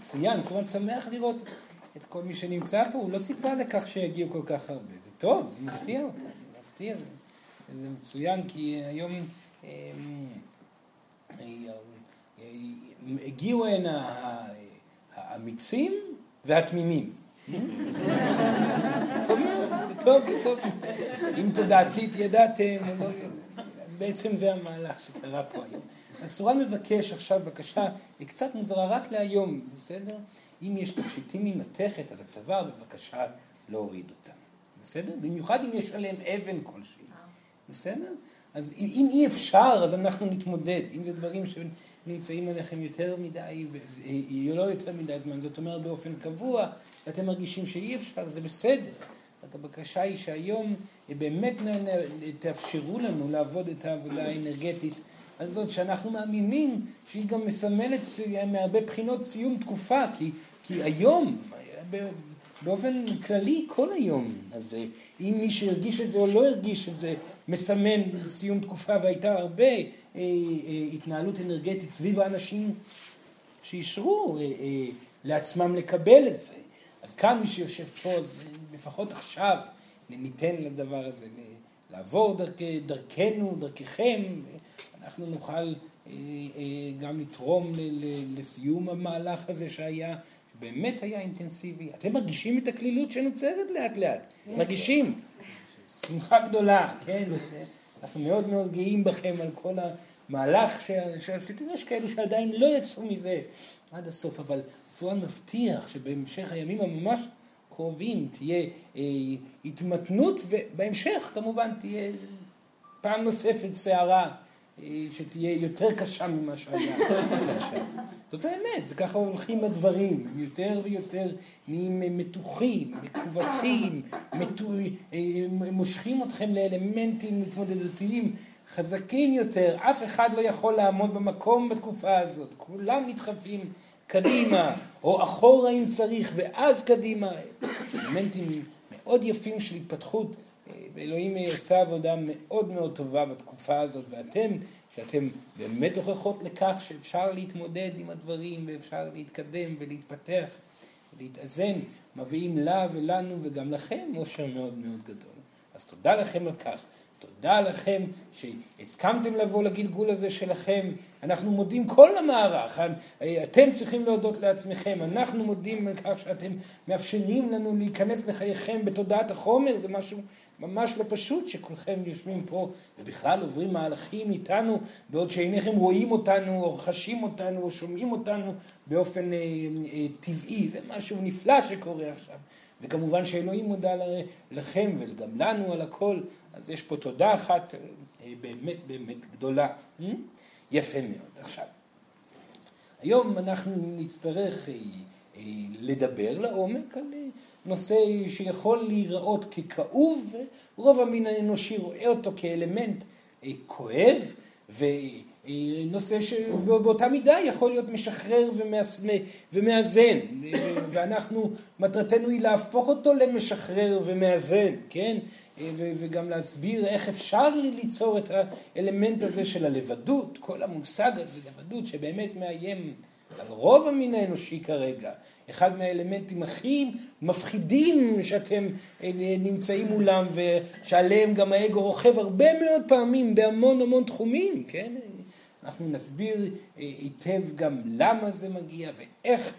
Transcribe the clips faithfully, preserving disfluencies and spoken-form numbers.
מצוין, סורן שמח לראות את כל מי שנמצא פה, הוא לא ציפה לכך שיגיעו כל כך הרבה. זה טוב, זה מפתיע אותנו, זה מפתיע. זה מצוין, כי היום הגיעו הנה האמיצים והתמימים. טוב מאוד, טוב, טוב. אם תודעתית ידעתם, בעצם זה המהלך שקרה פה היום. הסורן מבקש עכשיו בקשה, היא קצת מוזרה רק להיום, בסדר? אם יש תכשיטים ממתכת על הצוואר, בבקשה להוריד אותם, בסדר? במיוחד אם יש עליהם אבן כלשהי, בסדר? אז אם אי אפשר, אז אנחנו נתמודד. אם זה דברים שנמצאים עליכם יותר מדי, לא יותר מדי זמן, זאת אומרת באופן קבוע, ואתם מרגישים שאי אפשר, זה בסדר. את הבקשה היא שהיום באמת תאפשרו לנו לעבוד את העבודה האנרגטית הזאת, שאנחנו מאמינים שהיא גם מסמלת מהרבה בחינות סיום תקופה, כי, כי היום, באופן כללי, כל היום הזה, אם מי שהרגיש את זה או לא הרגיש את זה, מסמן סיום תקופה, והייתה הרבה אה, אה, התנהלות אנרגטית סביב האנשים שישרו אה, אה, לעצמם לקבל את זה. אז כאן מי שיושב פה, זה לפחות עכשיו, ניתן לדבר הזה לעבור דרכ, דרכנו, דרככם, אנחנו נוכל אה, אה, גם לתרום ל, ל, לסיום המהלך הזה שהיה, באמת היה אינטנסיבי. אתם מרגישים את הכלילות שנוצרת לאט לאט, מרגישים, שמחה גדולה, כן? אנחנו מאוד מאוד גאים בכם על כל המהלך שעשיתם. יש כאלו שעדיין לא יצאו מזה עד הסוף, אבל סורן מבטיח שבהמשך הימים הממש קרובים תהיה אה, התמתנות, ובהמשך כמובן תהיה פעם נוספת שערה אה, שתהיה יותר קשה ממה שהיה עכשיו. זאת האמת, זה ככה הולכים הדברים, יותר ויותר נהיים מתוחים, מקובצים, מתו, אה, מושכים אתכם לאלמנטים מתמודדותיים חזקים יותר. אף אחד לא יכול לעמוד במקום בתקופה הזאת, כולם נדחפים קדימה, או אחורה אם צריך, ואז קדימה. אלמנטים מאוד יפים של התפתחות, ואלוהים עושה עבודה מאוד מאוד טובה בתקופה הזאת, ואתם, שאתם באמת הוכחות לכך שאפשר להתמודד עם הדברים, ואפשר להתקדם ולהתפתח, ולהתאזן, מביאים לה ולנו וגם לכם אושר מאוד מאוד גדול. אז תודה לכם על כך. תודה לכם שהסכמתם לבוא לגלגול הזה שלכם. אנחנו מודים כל המערך. אתם צריכים להודות לעצמכם. אנחנו מודים על כך שאתם מאפשרים לנו להיכנס לחייכם בתודעת החומר. זה משהו ממש לא פשוט שכולכם יושבים פה ובכלל עוברים מהלכים איתנו, בעוד שאינכם רואים אותנו או חשים אותנו או שומעים אותנו באופן אה, אה, טבעי. זה משהו נפלא שקורה עכשיו. וכמובן שאלוהים מודע לכם וגם לנו על הכל, אז יש פה תודה אחת באמת באמת גדולה. יפה מאוד. עכשיו, היום אנחנו נצטרך לדבר לעומק על נושא שיכול להיראות ככאוב, ורוב המין האנושי רואה אותו כאלמנט כואב, ונושא שבאותה מידה יכול להיות משחרר ומאזן, ואנחנו, מטרתנו היא להפוך אותו למשחרר ומאזן, כן? וגם להסביר איך אפשר ליצור את האלמנט הזה של הלבדות, כל המושג הזה, לבדות, שבאמת מאיים על רוב המין האנושי כרגע. אחד מהאלמנטים הכי מפחידים שאתם נמצאים מולם, ושעליהם גם האגו רוכב הרבה מאוד פעמים בהמון המון תחומים, כן? אנחנו נסביר היטב גם למה זה מגיע ואיך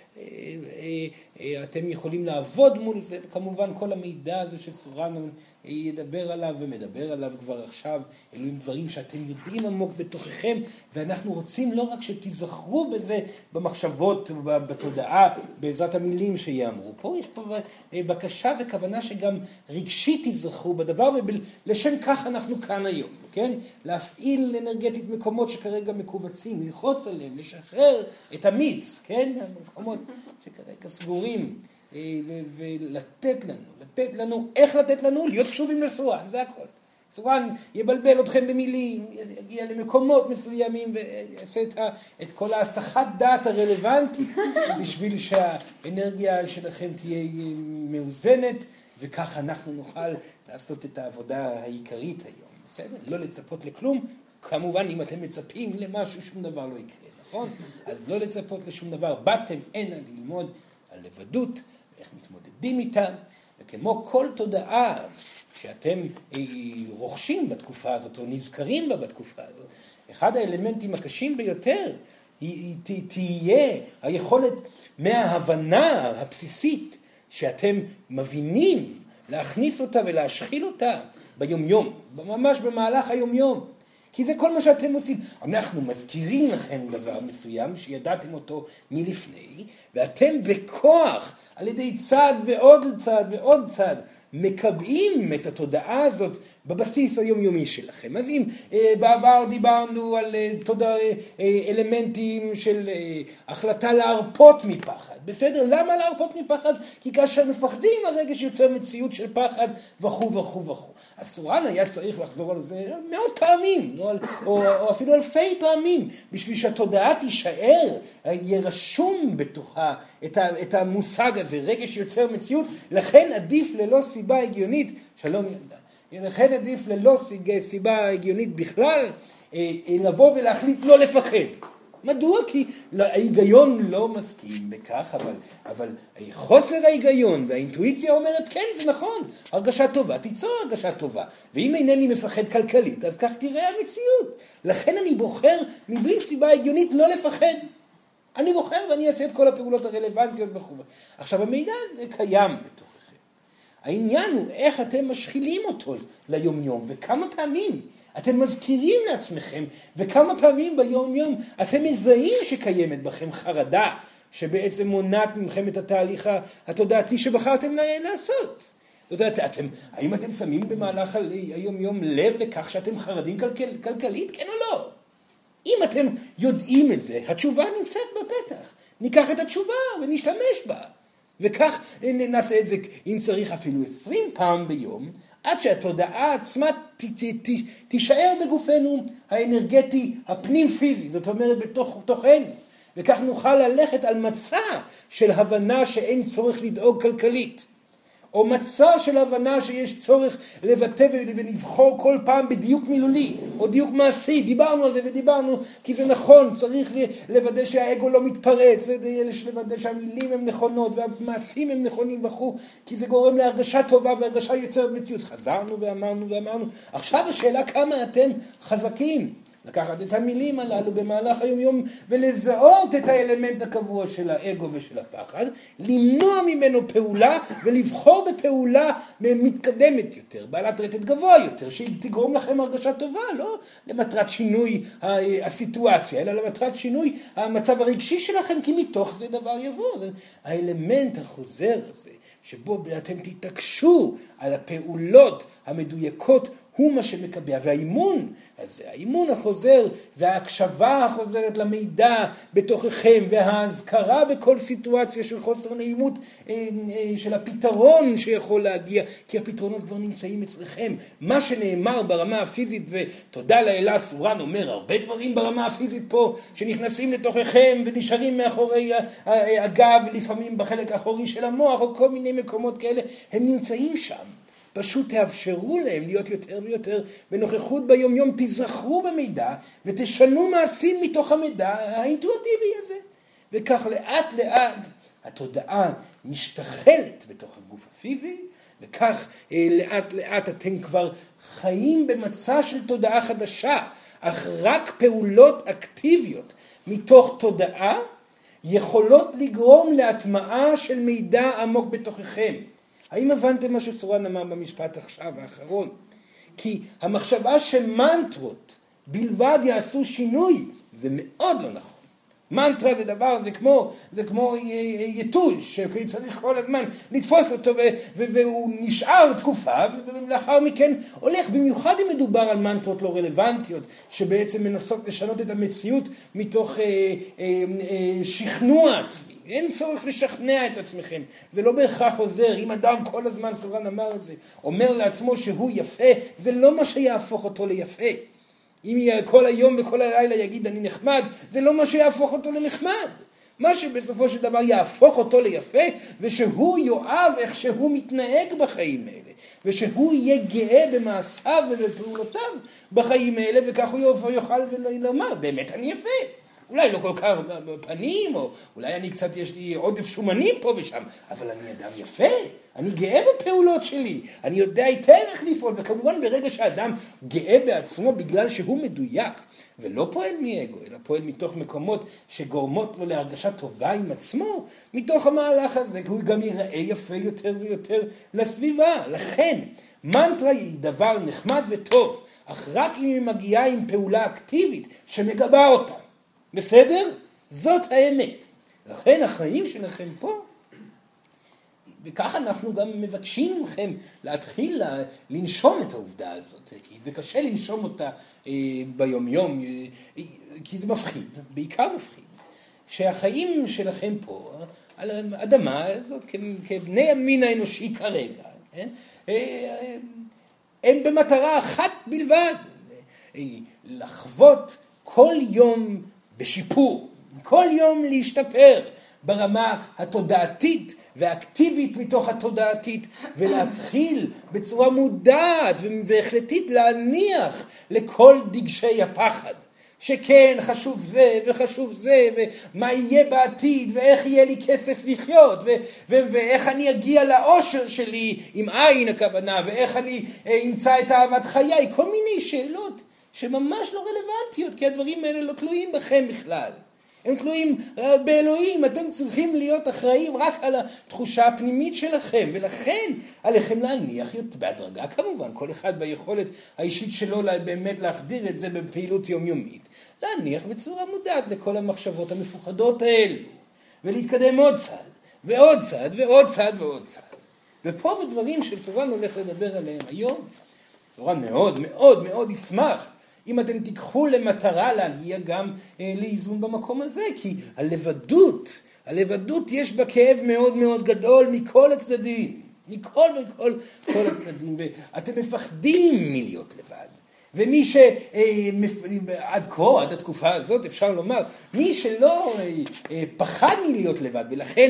אתם יכולים לעבוד מול זה, וכמובן כל המידע הזה שסורן ידבר עליו ומדבר עליו כבר עכשיו, אלו הם דברים שאתם יודעים עמוק בתוככם, ואנחנו רוצים לא רק שתזכרו בזה במחשבות, בתודעה, בעזרת המילים שיאמרו. פה יש פה בקשה וכוונה שגם רגשית תזכרו בדבר, ולשם כך אנחנו כאן היום, כן? להפעיל אנרגטית מקומות שכרגע מקובצים, ללחוץ עליהם, לשחרר את המיץ, כן? המקומות שכרגע סגורים, ולתת לנו, לתת לנו, איך לתת לנו? להיות קשובים לסורן, זה הכל. סורן יבלבל אתכם במילים, יגיע למקומות מסוימים ויעשה את, ה, את כל ההסחת דעת הרלוונטית בשביל שהאנרגיה שלכם תהיה מאוזנת, וכך אנחנו נוכל לעשות את העבודה העיקרית היום, בסדר? לא לצפות לכלום, כמובן אם אתם מצפים למשהו שום דבר לא יקרה. נכון? אז לא לצפות לשום דבר. באתם הנה ללמוד על לבדות, ואיך מתמודדים איתה, וכמו כל תודעה שאתם רוכשים בתקופה הזאת, או נזכרים בה בתקופה הזאת, אחד האלמנטים הקשים ביותר, היא, היא תהיה היכולת מההבנה הבסיסית שאתם מבינים להכניס אותה ולהשחיל אותה ביומיום, ממש במהלך היומיום. כי זה כל מה שאתם עושים. אנחנו מזכירים לכם דבר מסוים שידעתם אותו מלפני, ואתם בכוח על ידי צעד ועוד צעד ועוד צעד מקבעים את התודעה הזאת בבסיס היומיומי שלכם. אז אם אה, בעבר דיברנו על אה, תודע, אה, אלמנטים של אה, החלטה להרפות מפחד, בסדר? למה להרפות מפחד? כי כאשר מפחדים הרגש יוצר מציאות של פחד וכו' וכו' וכו'. אז סורן היה צריך לחזור על זה מאות פעמים, או, או, או אפילו אלפי פעמים, בשביל שהתודעה תישאר, יהיה רשום בתוכה את, ה, את המושג הזה, רגש יוצר מציאות, לכן עדיף ללא סיבה הגיונית, שלום ילדה, לכן עדיף ללא סיבה הגיונית בכלל, לבוא ולהחליט לא לפחד. מדוע? כי ההיגיון לא מסכים בכך, אבל, אבל חוסר ההיגיון והאינטואיציה אומרת, כן, זה נכון, הרגשה טובה, תיצור הרגשה טובה. ואם אינני מפחד כלכלית, אז כך תראה המציאות. לכן אני בוחר, מבלי סיבה הגיונית, לא לפחד. אני בוחר ואני אעשה את כל הפעולות הרלוונטיות בחובה. עכשיו, המידע הזה קיים בתוככם. העניין הוא איך אתם משחילים אותו ליום-יום, וכמה פעמים אתם מזכירים לעצמכם, וכמה פעמים ביום-יום אתם מזהים שקיימת בכם חרדה, שבעצם מונעת מכם את התהליך התודעתי שבחרתם לעשות. זאת אומרת, אתם, האם אתם שמים במהלך היום-יום לב לכך שאתם חרדים כלכל, כלכלית, כן או לא? אם אתם יודעים את זה, התשובה נמצאת בפתח. ניקח את התשובה ונשתמש בה. וכך נעשה את זה, אם צריך אפילו עשרים פעם ביום, עד שהתודעה עצמה ת, ת, ת, תישאר בגופנו האנרגטי הפנים-פיזי, זאת אומרת בתוך תוכנו. וכך נוכל ללכת על מצע של הבנה שאין צורך לדאוג כלכלית. או מצע של הבנה שיש צורך לבטא ולבחור כל פעם בדיוק מילולי, או דיוק מעשי, דיברנו על זה ודיברנו, כי זה נכון, צריך לוודא שהאגו לא מתפרץ, ולוודא שהמילים הם נכונות, והמעשים הם נכונים וכו', כי זה גורם להרגשה טובה, והרגשה יוצרת מציאות. חזרנו ואמרנו ואמרנו, עכשיו השאלה כמה אתם חזקים, לקחת את המילים הללו במהלך היום-יום ולזהות את האלמנט הקבוע של האגו ושל הפחד, למנוע ממנו פעולה ולבחור בפעולה מתקדמת יותר, בעלת רטט גבוה יותר, שהיא תגרום לכם הרגשה טובה, לא למטרת שינוי הסיטואציה, אלא למטרת שינוי המצב הרגשי שלכם, כי מתוך זה דבר יבוא. האלמנט החוזר הזה, שבו אתם תתעקשו על הפעולות המדויקות, הוא מה שמקבע, והאימון הזה, האימון החוזר וההקשבה החוזרת למידע בתוככם, וההזכרה בכל סיטואציה של חוסר נעימות של הפתרון שיכול להגיע, כי הפתרונות כבר נמצאים אצלכם. מה שנאמר ברמה הפיזית, ותודה לאלה, סורן אומר הרבה דברים ברמה הפיזית פה, שנכנסים לתוככם ונשארים מאחורי הגב, לפעמים בחלק האחורי של המוח, או כל מיני מקומות כאלה, הם נמצאים שם. פשוט תאפשרו להם להיות יותר ויותר בנוכחות ביום-יום, תזכרו במידע ותשנו מעשים מתוך המידע האינטואיטיבי הזה. וכך לאט לאט התודעה משתחלת בתוך הגוף הפיזי, וכך אה, לאט לאט אתם כבר חיים במצע של תודעה חדשה, אך רק פעולות אקטיביות מתוך תודעה יכולות לגרום להטמעה של מידע עמוק בתוככם. האם הבנתם מה שסורן אמר במשפט עכשיו האחרון? כי המחשבה שמנטרות בלבד יעשו שינוי, זה מאוד לא נכון. מנטרה זה דבר, זה כמו, זה כמו יתוש, שצריך כל הזמן לתפוס אותו, והוא נשאר תקופה, ולאחר מכן הולך. במיוחד אם מדובר על מנטרות לא רלוונטיות, שבעצם מנסות לשנות את המציאות מתוך אה, אה, אה, שכנוע עצמי. אין צורך לשכנע את עצמכם, זה לא בהכרח עוזר. אם אדם כל הזמן, סורן אמר את זה, אומר לעצמו שהוא יפה, זה לא מה שיהפוך אותו ליפה. אם כל היום וכל הלילה יגיד אני נחמד, זה לא מה שיהפוך אותו לנחמד. מה שבסופו של דבר יהפוך אותו ליפה, זה שהוא יאהב איך שהוא מתנהג בחיים האלה, ושהוא יהיה גאה במעשיו ובפעולותיו בחיים האלה, וכך הוא יוכל לומר, באמת אני יפה. אולי לא כל כך בפנים, או אולי אני קצת, יש לי עודף שומנים פה ושם, אבל אני אדם יפה, אני גאה בפעולות שלי, אני יודע היטב איך לפעול, וכמובן ברגע שאדם גאה בעצמו בגלל שהוא מדויק, ולא פועל מאגו, אלא פועל מתוך מקומות שגורמות לו להרגשה טובה עם עצמו, מתוך המהלך הזה, הוא גם ייראה יפה יותר ויותר לסביבה. לכן, מנטרה היא דבר נחמד וטוב, אך רק אם היא מגיעה עם פעולה אקטיבית שמגבה אותה. בסדר? זאת האמת. לכן החיים שלכם פה, וכך אנחנו גם מבקשים מכם להתחיל לנשום את העובדה הזאת, כי זה קשה לנשום אותה ביום יום, כי זה מפחיד, בעיקר מפחיד. שהחיים שלכם פה, על האדמה הזאת, כבני המין האנושי כרגע, הם במטרה אחת בלבד, לחוות כל יום בשיפור, כל יום להשתפר ברמה התודעתית והאקטיבית מתוך התודעתית, ולהתחיל בצורה מודעת והחלטית להניח לכל דגשי הפחד, שכן חשוב זה וחשוב זה, ומה יהיה בעתיד, ואיך יהיה לי כסף לחיות, ו- ו- ואיך אני אגיע לאושר שלי עם עין הכוונה, ואיך אני אמצא את אהבת חיי, כל מיני שאלות שממש לא רלוונטיות, כי הדברים האלה לא תלויים בכם בכלל. הם תלויים באלוהים, אתם צריכים להיות אחראים רק על התחושה הפנימית שלכם, ולכן עליכם להניח בהדרגה כמובן, כל אחד ביכולת האישית שלו באמת להחדיר את זה בפעילות יומיומית, להניח בצורה מודעת לכל המחשבות המפוחדות האלו, ולהתקדם עוד צעד, ועוד צעד, ועוד צעד, ועוד צעד. ופה בדברים שסורן הולך לדבר עליהם היום, סורן מאוד מאוד מאוד ישמח, אם אתם תיקחו למטרה להגיע גם אה, לאיזון במקום הזה, כי הלבדות, הלבדות יש בה כאב מאוד מאוד גדול מכל הצדדים, מכל וכל כל הצדדים, ואתם מפחדים מלהיות לבד. ומי שעד כה, עד התקופה הזאת, אפשר לומר, מי שלא פחד מלהיות לבד, ולכן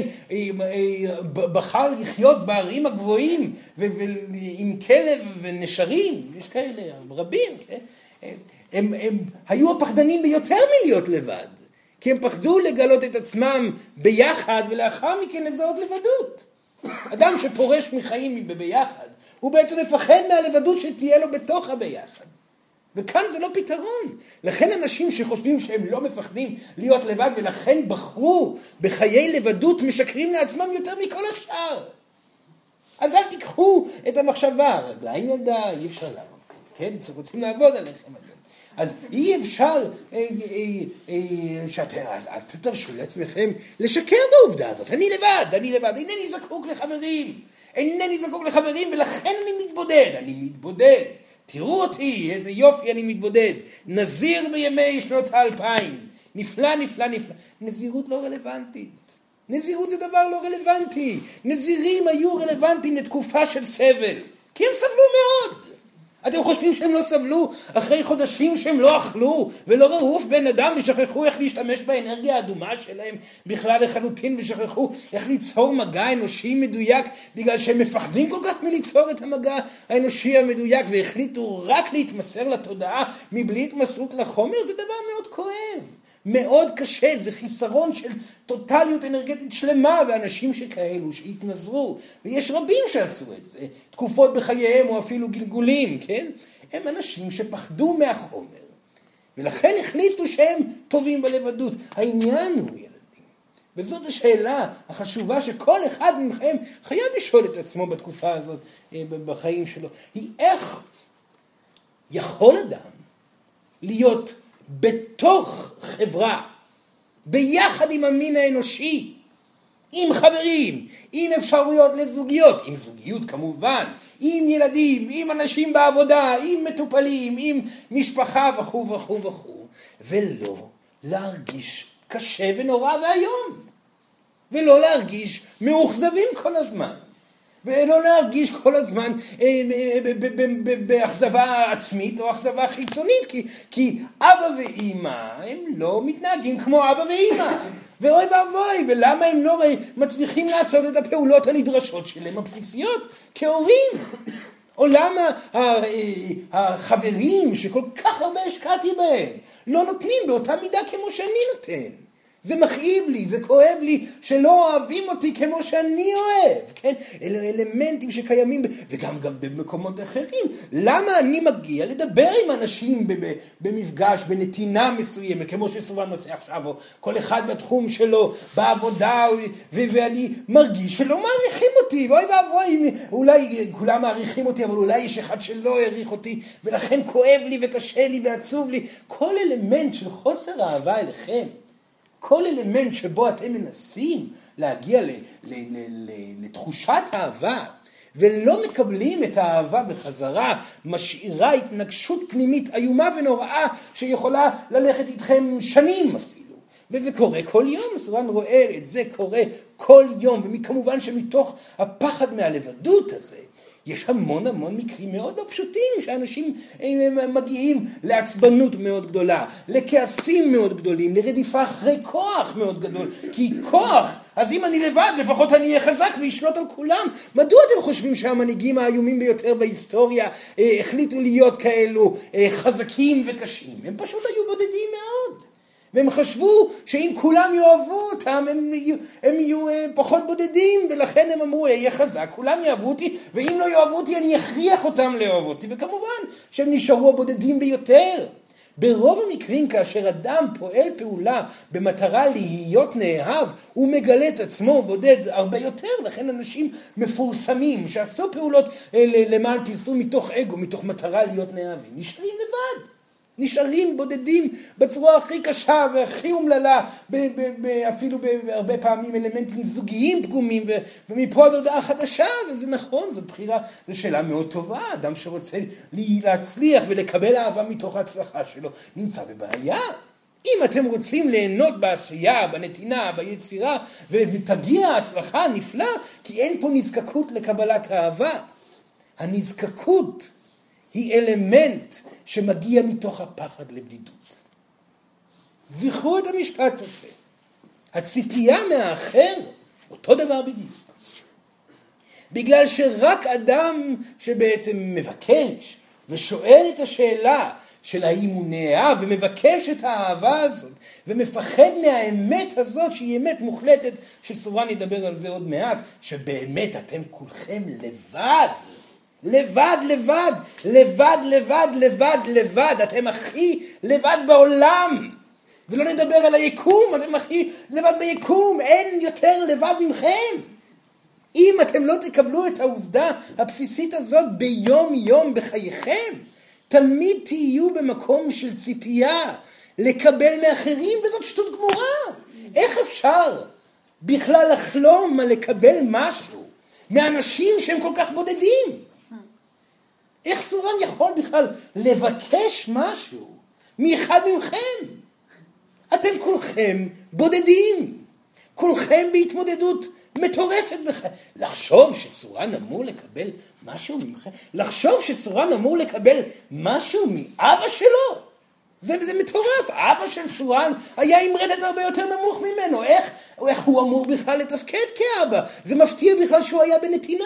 בחר לחיות בערים הגבוהים, ועם כלב ונשרים, יש כאלה רבים, הם, הם היו הפחדנים ביותר מלהיות לבד, כי הם פחדו לגלות את עצמם ביחד, ולאחר מכן לזהות לבדות. אדם שפורש מחיים ביחד, הוא בעצם מפחד מהלבדות שתהיה לו בתוך הביחד. וכאן זה לא פתרון. לכן אנשים שחושבים שהם לא מפחדים להיות לבד, ולכן בחרו בחיי לבדות, משקרים לעצמם יותר מכל השאר. אז אל תיקחו את המחשבה, רגליים ידה, אי אפשר לעבוד. כן, רוצים לעבוד עליכם היום. אז אי אפשר אה, אה, אה, שאתם תרשו לעצמכם לשקר בעובדה הזאת. אני לבד, אני לבד, אינני זקוק לחברים. אינני זקוק לחברים, ולכן אני מתבודד. אני מתבודד. תראו אותי, איזה יופי אני מתבודד. נזיר בימי שנות האלפיים. נפלא, נפלא, נפלא. נזירות לא רלוונטית. נזירות זה דבר לא רלוונטי. נזירים היו רלוונטיים לתקופה של סבל. כי הם סבלו מאוד. אתם חושבים שהם לא סבלו אחרי חודשים שהם לא אכלו ולא ראו בן אדם ושכחו איך להשתמש באנרגיה האדומה שלהם בכלל לחלוטין, ושכחו איך ליצור מגע אנושי מדויק בגלל שהם מפחדים כל כך מליצור את המגע האנושי המדויק, והחליטו רק להתמסר לתודעה מבלי התמסרות לחומר? זה דבר מאוד כואב, מאוד קשה, זה חיסרון של טוטליות אנרגטית שלמה, ואנשים שכאלו שהתנזרו, ויש רבים שעשו את זה, תקופות בחייהם או אפילו גלגולים, כן? הם אנשים שפחדו מהחומר, ולכן החליטו שהם טובים בלבדות. העניין הוא, ילדים, וזאת השאלה החשובה שכל אחד מכם חייב לשאול את עצמו בתקופה הזאת בחיים שלו, היא איך יכול אדם להיות בתוך חברה, ביחד עם המין האנושי, עם חברים, עם אפשרויות לזוגיות, עם זוגיות כמובן, עם ילדים, עם אנשים בעבודה, עם מטופלים, עם משפחה וכו' וכו' וכו', ולא להרגיש קשה ונורא והיום, ולא להרגיש מאוכזבים כל הזמן, ולא להרגיש כל הזמן באכזבה עצמית או אכזבה חיצונית, כי, כי אבא ואמא הם לא מתנהגים כמו אבא ואמא, ואוי ואבוי, ולמה הם לא מצליחים לעשות את הפעולות הנדרשות שלהם הבסיסיות כהורים? עולם החברים שכל כך הרבה השקעתי בהם, לא נותנים באותה מידה כמו שאני נותן. זה מכאיב לי, זה כואב לי, שלא אוהבים אותי כמו שאני אוהב, כן? אלה אלמנטים שקיימים, וגם גם במקומות אחרים. למה אני מגיע לדבר עם אנשים במפגש, בנתינה מסוימת, כמו שסובן עושה עכשיו, או כל אחד בתחום שלו, בעבודה, ואני מרגיש שלא מעריכים אותי, ואוי ואבוי, אולי כולם מעריכים אותי, אבל אולי יש אחד שלא העריך אותי, ולכן כואב לי וקשה לי ועצוב לי. כל אלמנט של חוסר אהבה אליכם, כל אלמנט שבו אתם מנסים להגיע ל, ל, ל, ל, לתחושת אהבה, ולא מקבלים את האהבה בחזרה, משאירה התנגשות פנימית איומה ונוראה, שיכולה ללכת איתכם שנים אפילו. וזה קורה כל יום, סורן רואה את זה קורה כל יום, וכמובן שמתוך הפחד מהלבדות הזה, יש המון המון מקרים מאוד לא פשוטים, שאנשים מגיעים לעצבנות מאוד גדולה, לכעסים מאוד גדולים, לרדיפה אחרי כוח מאוד גדול, כי כוח, אז אם אני לבד, לפחות אני אהיה חזק וישלוט על כולם. מדוע אתם חושבים שהמנהיגים האיומים ביותר בהיסטוריה אה, החליטו להיות כאלו אה, חזקים וקשים? הם פשוט היו בודדים מאוד. והם חשבו שאם כולם יאהבו אותם, הם יהיו, הם יהיו פחות בודדים, ולכן הם אמרו, יהיה חזק, כולם יאהבו אותי, ואם לא יאהבו אותי, אני אכריח אותם לאהוב אותי. וכמובן שהם נשארו הבודדים ביותר. ברוב המקרים, כאשר אדם פועל פעולה במטרה להיות נאהב, הוא מגלה את עצמו בודד הרבה יותר. לכן אנשים מפורסמים שעשו פעולות למען פרסום מתוך אגו, מתוך מטרה להיות נאהבים, נשארים לבד. נשארים בודדים בצורה הכי קשה והכי אומללה, אפילו בהרבה פעמים אלמנטים זוגיים פגומים, ומפה עד הודעה חדשה, וזה נכון, זאת בחירה, זו שאלה מאוד טובה. אדם שרוצה להצליח ולקבל אהבה מתוך ההצלחה שלו, נמצא בבעיה. אם אתם רוצים ליהנות בעשייה, בנתינה, ביצירה, ותגיע ההצלחה נפלא, כי אין פה נזקקות לקבלת אהבה. הנזקקות היא אלמנט שמגיע מתוך הפחד לבדידות. זכרו את המשפט הזה. הציפייה מהאחר, אותו דבר בדיוק. בגלל שרק אדם שבעצם מבקש ושואל את השאלה של האם הוא נאהב ומבקש את האהבה הזאת ומפחד מהאמת הזאת שהיא אמת מוחלטת, שסורן ידבר על זה עוד מעט, שבאמת אתם כולכם לבד. לבד, לבד, לבד, לבד, לבד, לבד, אתם הכי לבד בעולם. ולא נדבר על היקום, אתם הכי לבד ביקום, אין יותר לבד ממכם. אם אתם לא תקבלו את העובדה הבסיסית הזאת ביום יום בחייכם, תמיד תהיו במקום של ציפייה לקבל מאחרים, וזאת שטות גמורה. איך אפשר בכלל לחלום על לקבל משהו מאנשים שהם כל כך בודדים? איך סורן יכול בכלל לבקש משהו מאחד ממכם? אתם כולכם בודדים, כולכם בהתמודדות מטורפת בכלל. לחשוב שסורן אמור לקבל משהו ממכם, לחשוב שסורן אמור לקבל משהו מאבא שלו, זה, זה מטורף. אבא של סורן היה עם רדת הרבה יותר נמוך ממנו. איך, איך הוא אמור בכלל לתפקד כאבא? זה מפתיע בכלל שהוא היה בנתינה.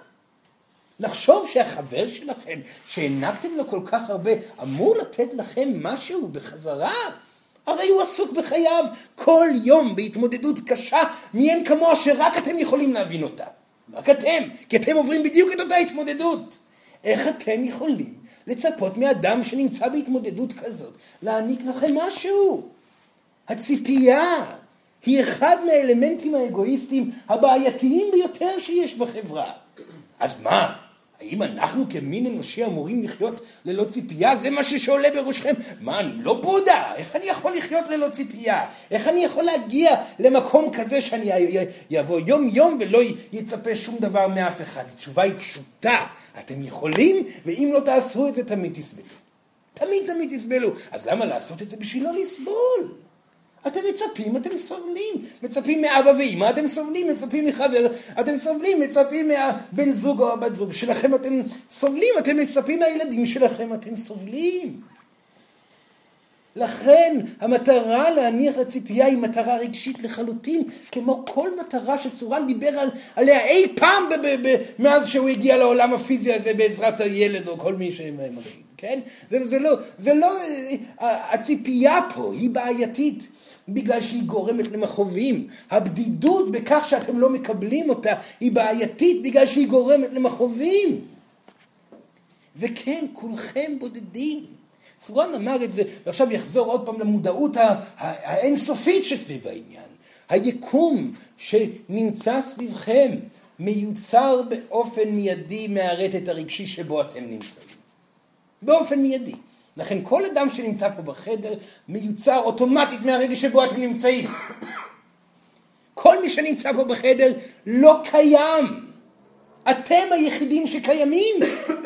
לחשוב שהחבר שלכם, שהענקתם לו כל כך הרבה, אמור לתת לכם משהו בחזרה? הרי הוא עסוק בחייו כל יום בהתמודדות קשה, מעין כמוה שרק אתם יכולים להבין אותה. רק אתם, כי אתם עוברים בדיוק את אותה התמודדות. איך אתם יכולים לצפות מאדם שנמצא בהתמודדות כזאת להעניק לכם משהו? הציפייה היא אחד מהאלמנטים האגואיסטיים הבעייתיים ביותר שיש בחברה. אז מה? האם אנחנו כמין אנושי אמורים לחיות ללא ציפייה? זה מה שעולה בראשכם. מה, אני לא בודה? איך אני יכול לחיות ללא ציפייה? איך אני יכול להגיע למקום כזה שאני יבוא יום יום ולא יצפה שום דבר מאף אחד? התשובה היא פשוטה. אתם יכולים, ואם לא תעשו את זה תמיד תסבלו. תמיד תמיד תסבלו. אז למה לעשות את זה בשביל לא לסבול? אתם מצפים, אתם סובלים. מצפים מאבא ואמא, אתם סובלים. מצפים מחבר, אתם סובלים. מצפים מהבן זוג או הבת זוג שלכם, אתם סובלים. אתם מצפים מהילדים שלכם, אתם סובלים. לכן המטרה להניח לציפייה היא מטרה רגשית לחלוטין, כמו כל מטרה שסורן דיבר על, עליה אי פעם ב, ב, ב, מאז שהוא הגיע לעולם הפיזי הזה בעזרת הילד או כל מי שמגיד, כן? זה, זה לא, זה לא, הציפייה פה היא בעייתית, בגלל שהיא גורמת למחובים. הבדידות בכך שאתם לא מקבלים אותה היא בעייתית בגלל שהיא גורמת למחובים. וכן, כולכם בודדים. סורן אמר את זה, ועכשיו יחזור עוד פעם למודעות האינסופית שסביב העניין. היקום שנמצא סביבכם מיוצר באופן מיידי מהרטט הרגשי שבו אתם נמצאים. באופן מיידי. לכן כל אדם שנמצא פה בחדר מיוצר אוטומטית מהרגע שבו אתם נמצאים. כל מי שנמצא פה בחדר לא קיים. אתם היחידים שקיימים.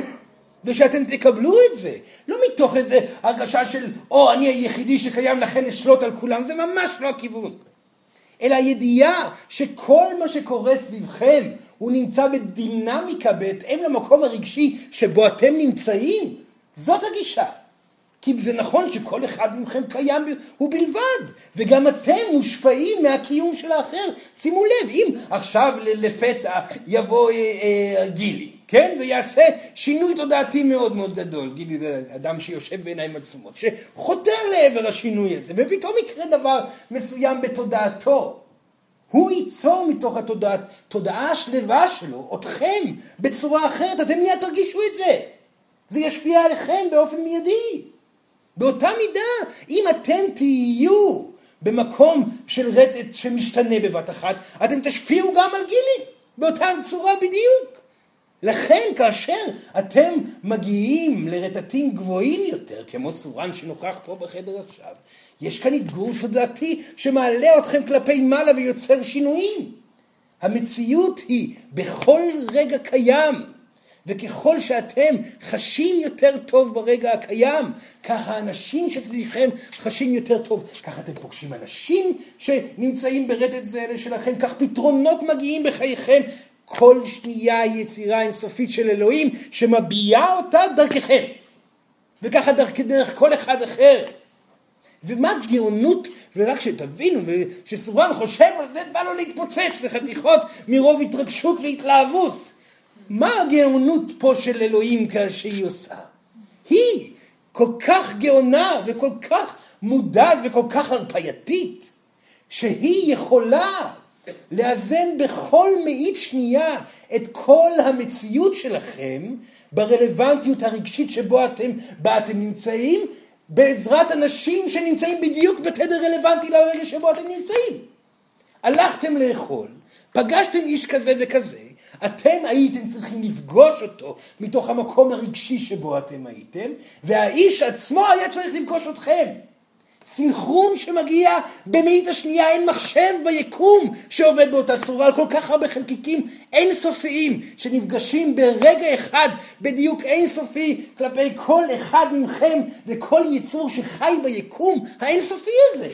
ושאתם תקבלו את זה. לא מתוך איזו הרגשה של, או אני היחידי שקיים לכן אשלוט על כולם. זה ממש לא הכיוון. אלא הידיעה שכל מה שקורה סביבכם הוא נמצא בדינמיקה בהתאם למקום הרגשי שבו אתם נמצאים. זאת הגישה. כי זה נכון שכל אחד מכם קיים הוא בלבד, וגם אתם מושפעים מהקיום של האחר. שימו לב, אם עכשיו לפתע יבוא אה, אה, גילי, כן? ויעשה שינוי תודעתי מאוד מאוד גדול. גילי זה אדם שיושב בעיניים עצומות, שחותר לעבר השינוי הזה, ופתאום יקרה דבר מסוים בתודעתו. הוא ייצור מתוך התודעה, תודעה השלווה שלו, אתכם, בצורה אחרת, אתם מיד תרגישו את זה. זה ישפיע עליכם באופן מיידי. באותה מידה, אם אתם תהיו במקום של רטט שמשתנה בבת אחת, אתם תשפיעו גם על גילי, באותה צורה בדיוק. לכן כאשר אתם מגיעים לרטטים גבוהים יותר, כמו סורן שנוכח פה בחדר עכשיו, יש כאן התגרות תודעתי שמעלה אתכם כלפי מעלה ויוצר שינויים. המציאות היא בכל רגע קיים. וככל שאתם חשים יותר טוב ברגע הקיים, ככה האנשים שסביבכם חשים יותר טוב. ככה אתם פוגשים אנשים שנמצאים ברטט זה אלה שלכם, כך פתרונות מגיעים בחייכם. כל שנייה היא יצירה אינסופית של אלוהים שמביעה אותה דרככם. וככה דרך, דרך כל אחד אחר. ומה גאונות, ורק שתבינו, שסורן חושב על זה, בא לו להתפוצץ לחתיכות מרוב התרגשות והתלהבות. מה הגאונות פה של אלוהים שהיא עושה? היא כל כך גאונה וכל כך מודעת וכל כך הרפייתית, שהיא יכולה לאזן בכל מאית שנייה את כל המציאות שלכם ברלוונטיות הרגשית שבו אתם, בה אתם נמצאים, בעזרת אנשים שנמצאים בדיוק בתדר רלוונטי לרגע שבו אתם נמצאים. הלכתם לאכול, פגשתם איש כזה וכזה, אתם הייתם צריכים לפגוש אותו מתוך המקום הרגשי שבו אתם הייתם, והאיש עצמו היה צריך לפגוש אתכם. סינכרון שמגיע במאית השנייה, אין מחשב ביקום שעובד באותה צורה, על כל כך הרבה חלקיקים אינסופיים שנפגשים ברגע אחד בדיוק אינסופי כלפי כל אחד מכם וכל יצור שחי ביקום האינסופי הזה.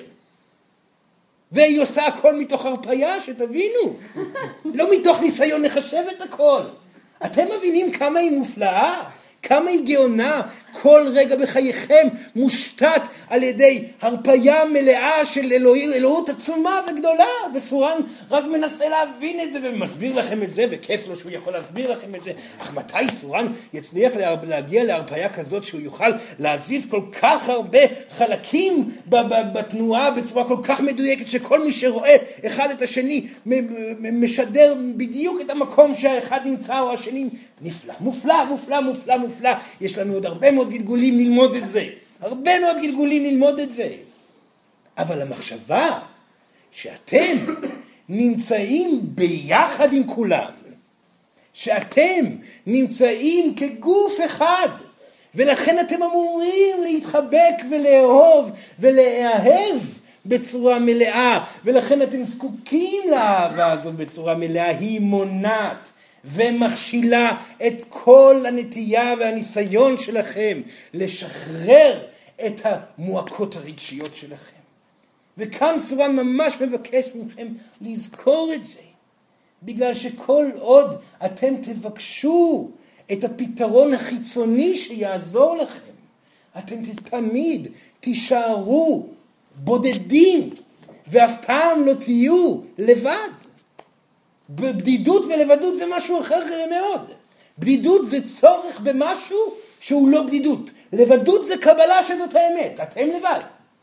והיא עושה הכל מתוך הרפאיה, שתבינו. לא מתוך ניסיון לחשב את הכל. אתם מבינים כמה היא מופלאה? כמה היא גאונה? כל רגע בחייכם מושתת על ידי הרפאיה מלאה של אלוהים, אלוהות עצומה וגדולה. וסורן רק מנסה להבין את זה ומסביר לכם את זה, וכיף לו שהוא יכול להסביר לכם את זה. אך מתי סורן יצליח להגיע להרפאיה כזאת שהוא יוכל להזיז כל כך הרבה חלקים בתנועה בצורה כל כך מדויקת, שכל מי שרואה אחד את השני משדר בדיוק את המקום שהאחד נמצא או השני? נפלא, מופלא, מופלא, מופלא, מופלא. יש לנו עוד הרבה מאוד גלגולים ללמוד את זה. הרבה מאוד גלגולים ללמוד את זה. אבל המחשבה שאתם נמצאים ביחד עם כולם, שאתם נמצאים כגוף אחד, ולכן אתם אמורים להתחבק ולאהוב ולאהב בצורה מלאה, ולכן אתם זקוקים לאהבה הזאת בצורה מלאה. היא מונעת ומכשילה את כל הנטייה והניסיון שלכם לשחרר את המועקות הרגשיות שלכם. וכאן סורן ממש מבקש מכם לזכור את זה, בגלל שכל עוד אתם תבקשו את הפתרון החיצוני שיעזור לכם, אתם תמיד תישארו בודדים, ואף פעם לא תהיו לבד. בדידות ולבדות זה משהו אחר מאוד. בדידות זה צורך במשהו שהוא לא בדידות. לבדות זה קבלה שזאת האמת, אתם לבד.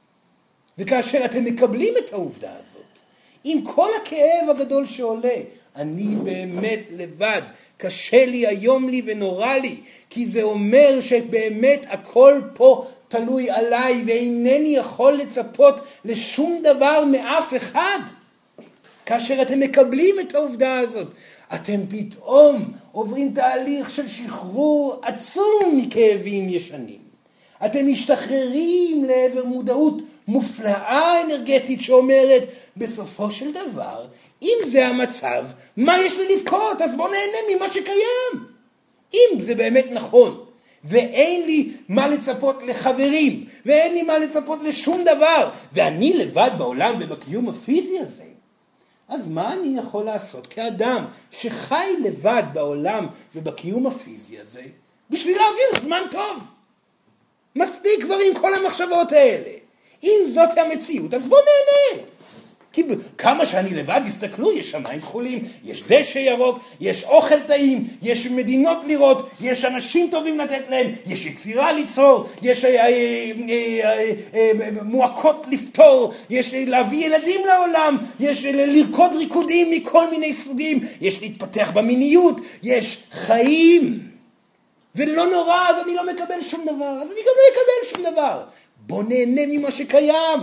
וכאשר אתם מקבלים את העובדה הזאת, עם כל הכאב הגדול שעולה, אני באמת לבד, קשה לי, היום לי ונורא לי, כי זה אומר שבאמת הכל פה תלוי עליי, ואינני יכול לצפות לשום דבר מאף אחד. כאשר אתם מקבלים את העובדה הזאת, אתם פתאום עוברים תהליך של שחרור עצום מכאבים ישנים. אתם משתחררים לעבר מודעות מופלאה אנרגטית שאומרת, בסופו של דבר, אם זה המצב, מה יש לי לבכות? אז בוא נהנה ממה שקיים. אם זה באמת נכון, ואין לי מה לצפות לחברים, ואין לי מה לצפות לשום דבר, ואני לבד בעולם ובקיום הפיזי הזה, אז מה אני יכול לעשות כאדם שחי לבד בעולם ובקיום הפיזי הזה, בשביל להעביר זמן טוב? מספיק כבר עם כל המחשבות האלה. אם זאת המציאות, אז בוא נהנה. כי כמה שאני לבד, תסתכלו, יש שמיים כחולים, יש דשא ירוק, יש אוכל טעים, יש מדינות לראות, יש אנשים טובים לתת להם, יש יצירה ליצור, יש אה, אה, אה, אה, מועקות לפתור, יש להביא ילדים לעולם, יש לרקוד ריקודים מכל מיני סוגים, יש להתפתח במיניות, יש חיים. ולא נורא, אז אני לא מקבל שום דבר, אז אני גם לא אקבל שום דבר. בוא נהנה ממה שקיים.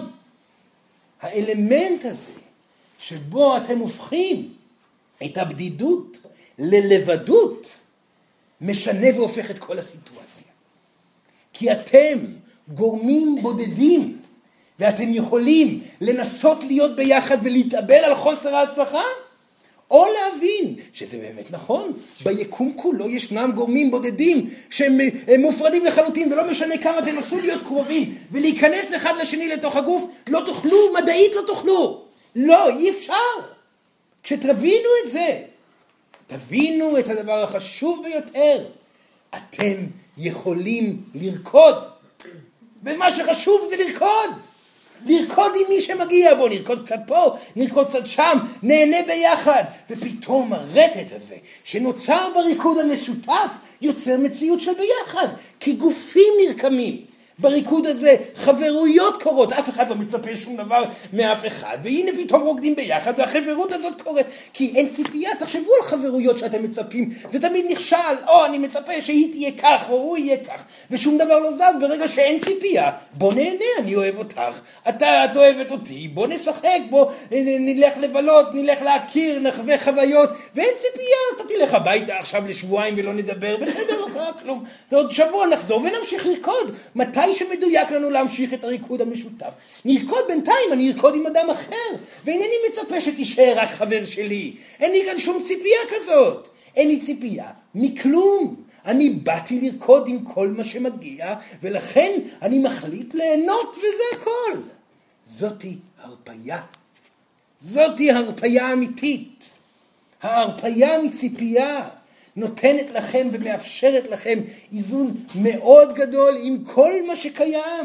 האלמנט הזה, שבו אתם הופכים את הבדידות ללבדות, משנה והופך את כל הסיטואציה. כי אתם גורמים בודדים, ואתם יכולים לנסות להיות ביחד ולהתאבל על חוסר ההצלחה, או להבין שזה באמת נכון, ביקום כולו ישנם גורמים בודדים שהם מופרדים לחלוטין, ולא משנה כמה תנסו להיות קרובים ולהיכנס אחד לשני לתוך הגוף, לא תוכלו, מדעית לא תוכלו. לא, אי אפשר. כשתבינו את זה, תבינו את הדבר החשוב ביותר, אתם יכולים לרקוד. ומה שחשוב זה לרקוד. לרקוד עם מי שמגיע, בוא נרקוד קצת פה, נרקוד קצת שם, נהנה ביחד. ופתאום הרטט הזה שנוצר בריקוד המשותף יוצר מציאות של ביחד, כי גופים נרקמים. בריקוד הזה חברויות קורות, אף אחד לא מצפה שום דבר מאף אחד, והנה פתאום רוקדים ביחד, והחברות הזאת קורית, כי אין ציפייה. תחשבו על חברויות שאתם מצפים, זה תמיד נכשל, או אני מצפה שהיא תהיה כך, או הוא יהיה כך, ושום דבר לא זז. ברגע שאין ציפייה, בוא נהנה, אני אוהב אותך, אתה, את אוהבת אותי, בוא נשחק, בוא נלך לבלות, נלך להכיר, נחווה חוויות, ואין ציפייה, אז אתה תלך הביתה עכשיו לשבועיים ולא נדבר, בסדר, לא קרה כלום, ועוד שבוע נחזור ונמשיך לרקוד. מתי שמדויק לנו להמשיך את הריקוד המשותף? נרקוד בינתיים, אני ארקוד עם אדם אחר, ואינני מצפה שתישאר רק חבר שלי. אין לי כאן שום ציפייה כזאת. אין לי ציפייה מכלום. אני באתי לרקוד עם כל מה שמגיע, ולכן אני מחליט ליהנות, וזה הכל. זאתי הרפיה. זאתי הרפיה אמיתית. ההרפיה מציפייה נותנת לכם ומאפשרת לכם איזון מאוד גדול עם כל מה שקיים.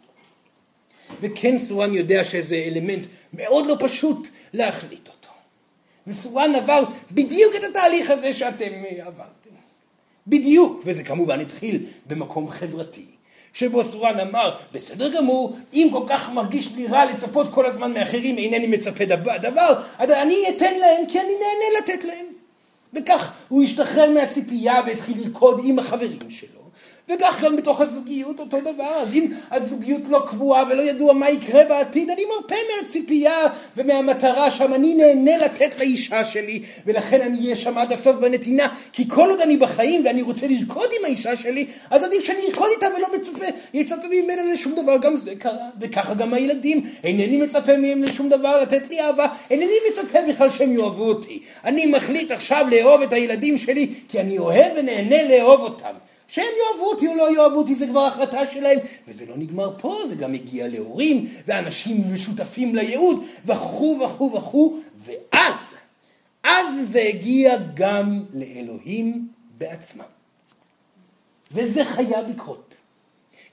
וכן, סורן יודע שזה אלמנט מאוד לא פשוט להחליט אותו. וסורן עבר בדיוק את התהליך הזה שאתם עברתם. בדיוק, וזה כמובן התחיל במקום חברתי, שבו סורן אמר, בסדר גמור, אם כל כך מרגיש לי רע לצפות כל הזמן מאחרים, אינני מצפה דבר, אני אתן להם כי אני נהנה לתת להם. וכך הוא השתחרר מהציפייה והתחיל לרקוד עם החברים שלו. וכך גם בתוך הזוגיות אותו דבר. אז אם הזוגיות לא קבועה ולא ידוע מה יקרה בעתיד, אני מרפה מהציפייה ומהמטרה שם. אני נהנה לתת לאישה שלי, ולכן אני אהיה שם עד הסוף בנתינה, כי כל עוד אני בחיים ואני רוצה לרקוד עם האישה שלי, אז עדיף שאני ארקוד איתה ולא מצפה, יצפה ממנה לשום דבר. גם זה קרה, וככה גם הילדים. אינני מצפה מהם לשום דבר, לתת לי אהבה, אינני מצפה בכלל שהם יאהבו אותי. אני מחליט עכשיו לאהוב את הילדים שלי, כי אני אוהב ונהנה לאהוב אותם. שהם יאהבו אותי או לא יאהבו אותי, זה כבר החלטה שלהם. וזה לא נגמר פה, זה גם הגיע להורים, ואנשים משותפים לייעוד, וכו וכו וכו. ואז, אז זה הגיע גם לאלוהים בעצמם. וזה חייב לקרות.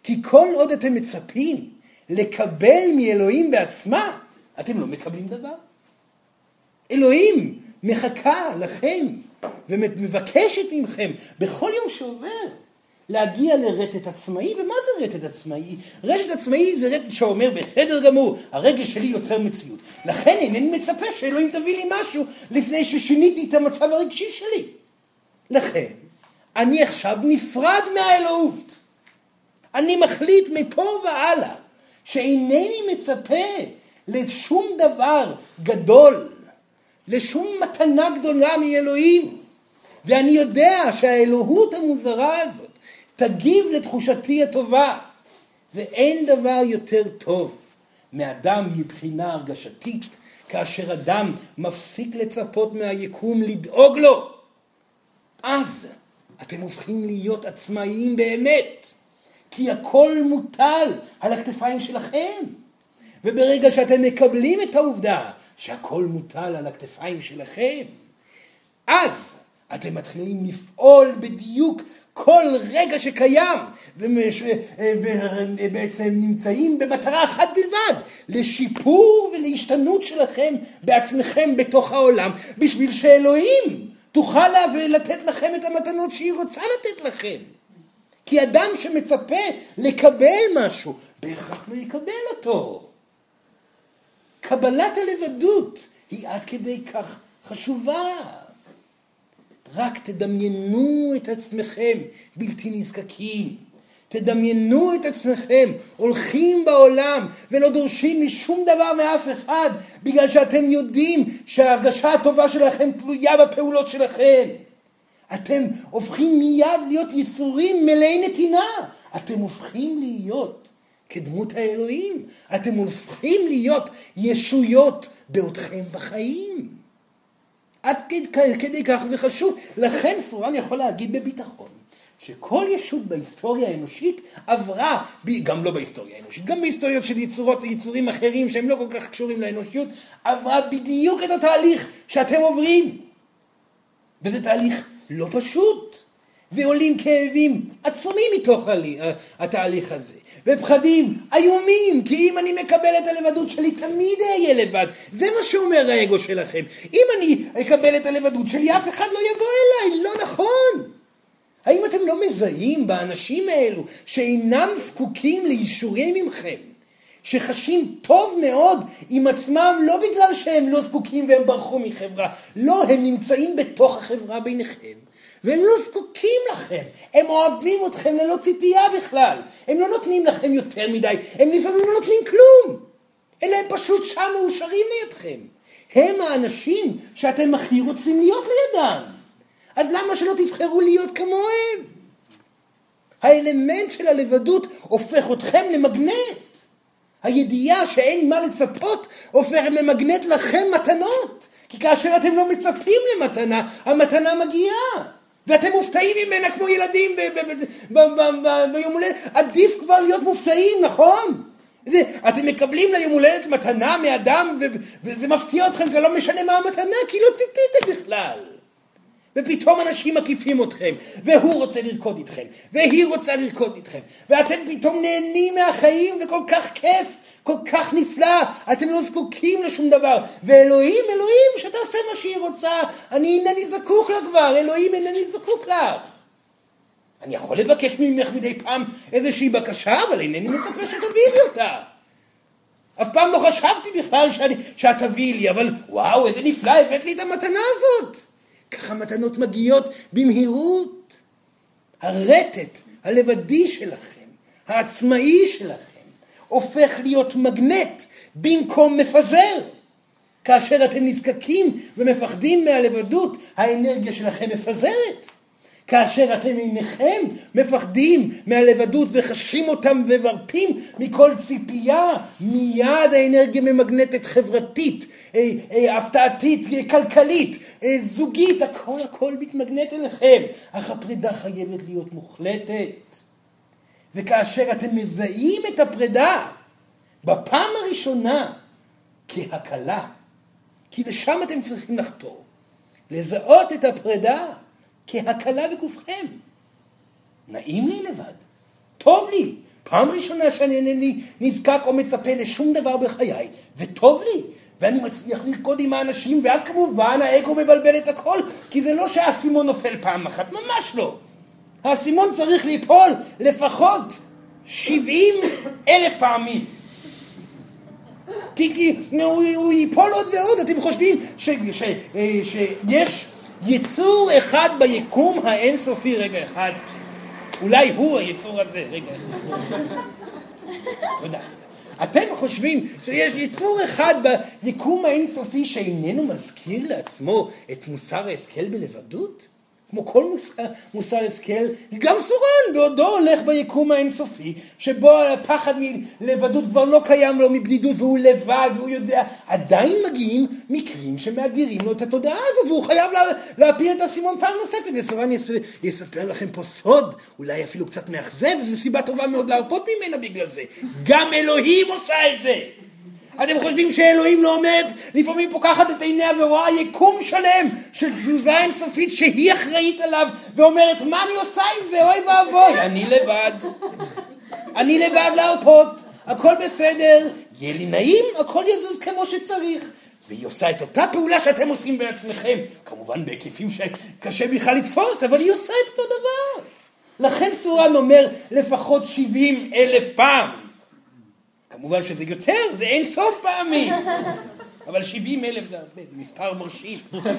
כי כל עוד אתם מצפים לקבל מאלוהים בעצמה, אתם לא מקבלים דבר. אלוהים מחכה לכם ומבקשת מכם בכל יום שעובר להגיע לרטט עצמאי. ומה זה רטט עצמאי? רטט עצמאי זה רטט שאומר בסדר גמור, הרגש שלי יוצר מציאות. לכן אינני מצפה שאלוהים תביא לי משהו לפני ששיניתי את המצב הרגשי שלי. לכן אני עכשיו נפרד מהאלוהות. אני מחליט מפה והלאה שאינני מצפה לשום דבר גדול, לשום מתנה גדולה מאלוהים. ואני יודע שהאלוהות המוזרה הזאת תגיב לתחושתי הטובה. ואין דבר יותר טוב מאדם מבחינה הרגשתית, כאשר אדם מפסיק לצפות מהיקום לדאוג לו. אז אתם הופכים להיות עצמאיים באמת, כי הכל מוטל על הכתפיים שלכם. וברגע שאתם מקבלים את העובדה שהכל מוטל על הכתפיים שלכם, אז אתם מתחילים לפעול בדיוק כל רגע שקיים, ובעצם נמצאים במטרה אחת בלבד, לשיפור ולהשתנות שלכם בעצמכם בתוך העולם, בשביל שאלוהים תוכל לתת לכם את המתנות שהיא רוצה לתת לכם. כי אדם שמצפה לקבל משהו, בהכרח לא יקבל אותו. קבלת הלבדות היא עד כדי כך חשובה. רק תדמיינו את עצמכם בלתי נזקקים. תדמיינו את עצמכם הולכים בעולם ולא דורשים משום דבר מאף אחד, בגלל שאתם יודעים שההרגשה הטובה שלכם תלויה בפעולות שלכם. אתם הופכים מיד להיות יצורים מלאי נתינה. אתם הופכים להיות כדמות האלוהים. אתם הופכים להיות ישויות בעודכם בחיים. עד כדי, כדי כך זה חשוב. לכן סורן יכול להגיד בביטחון שכל ישות בהיסטוריה האנושית עברה, גם לא בהיסטוריה האנושית, גם בהיסטוריות של יצורות, יצורים אחרים שהם לא כל כך קשורים לאנושיות, עברה בדיוק את התהליך שאתם עוברים. וזה תהליך לא פשוט. ועולים כאבים עצומים מתוך התהליך הזה. ופחדים איומים, כי אם אני מקבל את הלבדות שלי, תמיד אהיה לבד. זה מה שאומר האגו שלכם. אם אני אקבל את הלבדות שלי, אף אחד לא יבוא אליי. לא נכון. האם אתם לא מזהים באנשים האלו שאינם זקוקים לאישורים ממכם? שחשים טוב מאוד עם עצמם, לא בגלל שהם לא זקוקים והם ברחו מחברה. לא, הם נמצאים בתוך החברה ביניכם. והם לא זקוקים לכם. הם אוהבים אתכם ללא ציפייה בכלל. הם לא נותנים לכם יותר מדי. הם לפעמים לא נותנים כלום. אלא הם פשוט שם מאושרים לידכם. הם האנשים שאתם הכי רוצים להיות לידם. אז למה שלא תבחרו להיות כמוהם? האלמנט של הלבדות הופך אתכם למגנט. הידיעה שאין מה לצפות הופך ממגנט לכם מתנות. כי כאשר אתם לא מצפים למתנה, המתנה מגיעה. ואתם מופתעים ממנה כמו ילדים ביום הולדת. עדיף כבר להיות מופתעים, נכון? אתם מקבלים ליום הולדת מתנה מאדם, וזה מפתיע אתכם, כי לא משנה מה המתנה, כי לא ציפיתם בכלל. ופתאום אנשים מקיפים אתכם, והוא רוצה לרקוד איתכם, והיא רוצה לרקוד איתכם, ואתם פתאום נהנים מהחיים, וכל כך כיף, כל כך נפלא, אתם לא זקוקים לשום דבר. ואלוהים, אלוהים, שתעשה מה שהיא רוצה, אני אינני זקוק לה כבר, אלוהים אינני זקוק לך. אני יכול לבקש ממך מדי פעם איזושהי בקשה, אבל אינני מצפה שתביא לי אותה. אף פעם לא חשבתי בכלל שאני, שאת תביא לי, אבל וואו, איזה נפלא, הבאת לי את המתנה הזאת. ככה מתנות מגיעות במהירות. הרטט הלבדי שלכם, העצמאי שלכם, הופך להיות מגנט במקום מפזר. כאשר אתם נזקקים ומפחדים מהלבדות, האנרגיה שלכם מפזרת. כאשר אתם אינכם מפחדים מהלבדות וחשים אותם ומרפים מכל ציפייה, מיד האנרגיה ממגנטת חברתית, הפתעתית, כלכלית, זוגית, הכל הכל מתמגנט אליכם. אך הפרידה חייבת להיות מוחלטת. וכאשר אתם מזהים את הפרידה בפעם הראשונה כהקלה, כי לשם אתם צריכים לחתור, לזהות את הפרידה כהקלה בגופכם. נעים לי לבד, טוב לי, פעם ראשונה שאני אינני נזקק או מצפה לשום דבר בחיי, וטוב לי, ואני מצליח לרקוד עם האנשים, ואז כמובן האגו מבלבל את הכל, כי זה לא שהאסימון נופל פעם אחת, ממש לא. האסימון צריך ליפול לפחות שבעים אלף פעמים. כי, כי הוא, הוא ייפול עוד ועוד. אתם חושבים ש, ש, שיש יצור אחד ביקום האינסופי, רגע אחד, אולי הוא היצור הזה, רגע. תודה. אתם חושבים שיש יצור אחד ביקום האינסופי שאיננו מזכיר לעצמו את מוסר ההשכל בלבדות? כמו כל מוסר, מוסר השכל, גם סורן בעודו הולך ביקום האינסופי, שבו הפחד מלבדות כבר לא קיים לו מבדידות, והוא לבד, והוא יודע, עדיין מגיעים מקרים שמאתגרים לו את התודעה הזאת, והוא חייב לה, להפיל את הסימון פעם נוספת. וסורן יס, יספר לכם פה סוד, אולי אפילו קצת מאכזב, וזו סיבה טובה מאוד להרפות ממנה בגלל זה. גם אלוהים עושה את זה. אתם חושבים שאלוהים לא עומד לפעמים פוקחת את עיניה ורואה יקום שלם של תזוזה אינסופית שהיא אחראית עליו ואומרת מה אני עושה עם זה, אוי ואבוי, אני לבד, אני לבד להרפות, הכל בסדר, יהיה לי נעים, הכל יזוז כמו שצריך. והיא עושה את אותה פעולה שאתם עושים בעצמכם, כמובן בהיקפים שקשה בכלל לתפוס, אבל היא עושה את אותו דבר. לכן סורן אומר לפחות שבעים אלף פעם. כמובן שזה יותר, זה אין סוף פעמים. אבל שבעים אלף זה הרבה, מספר מרשים.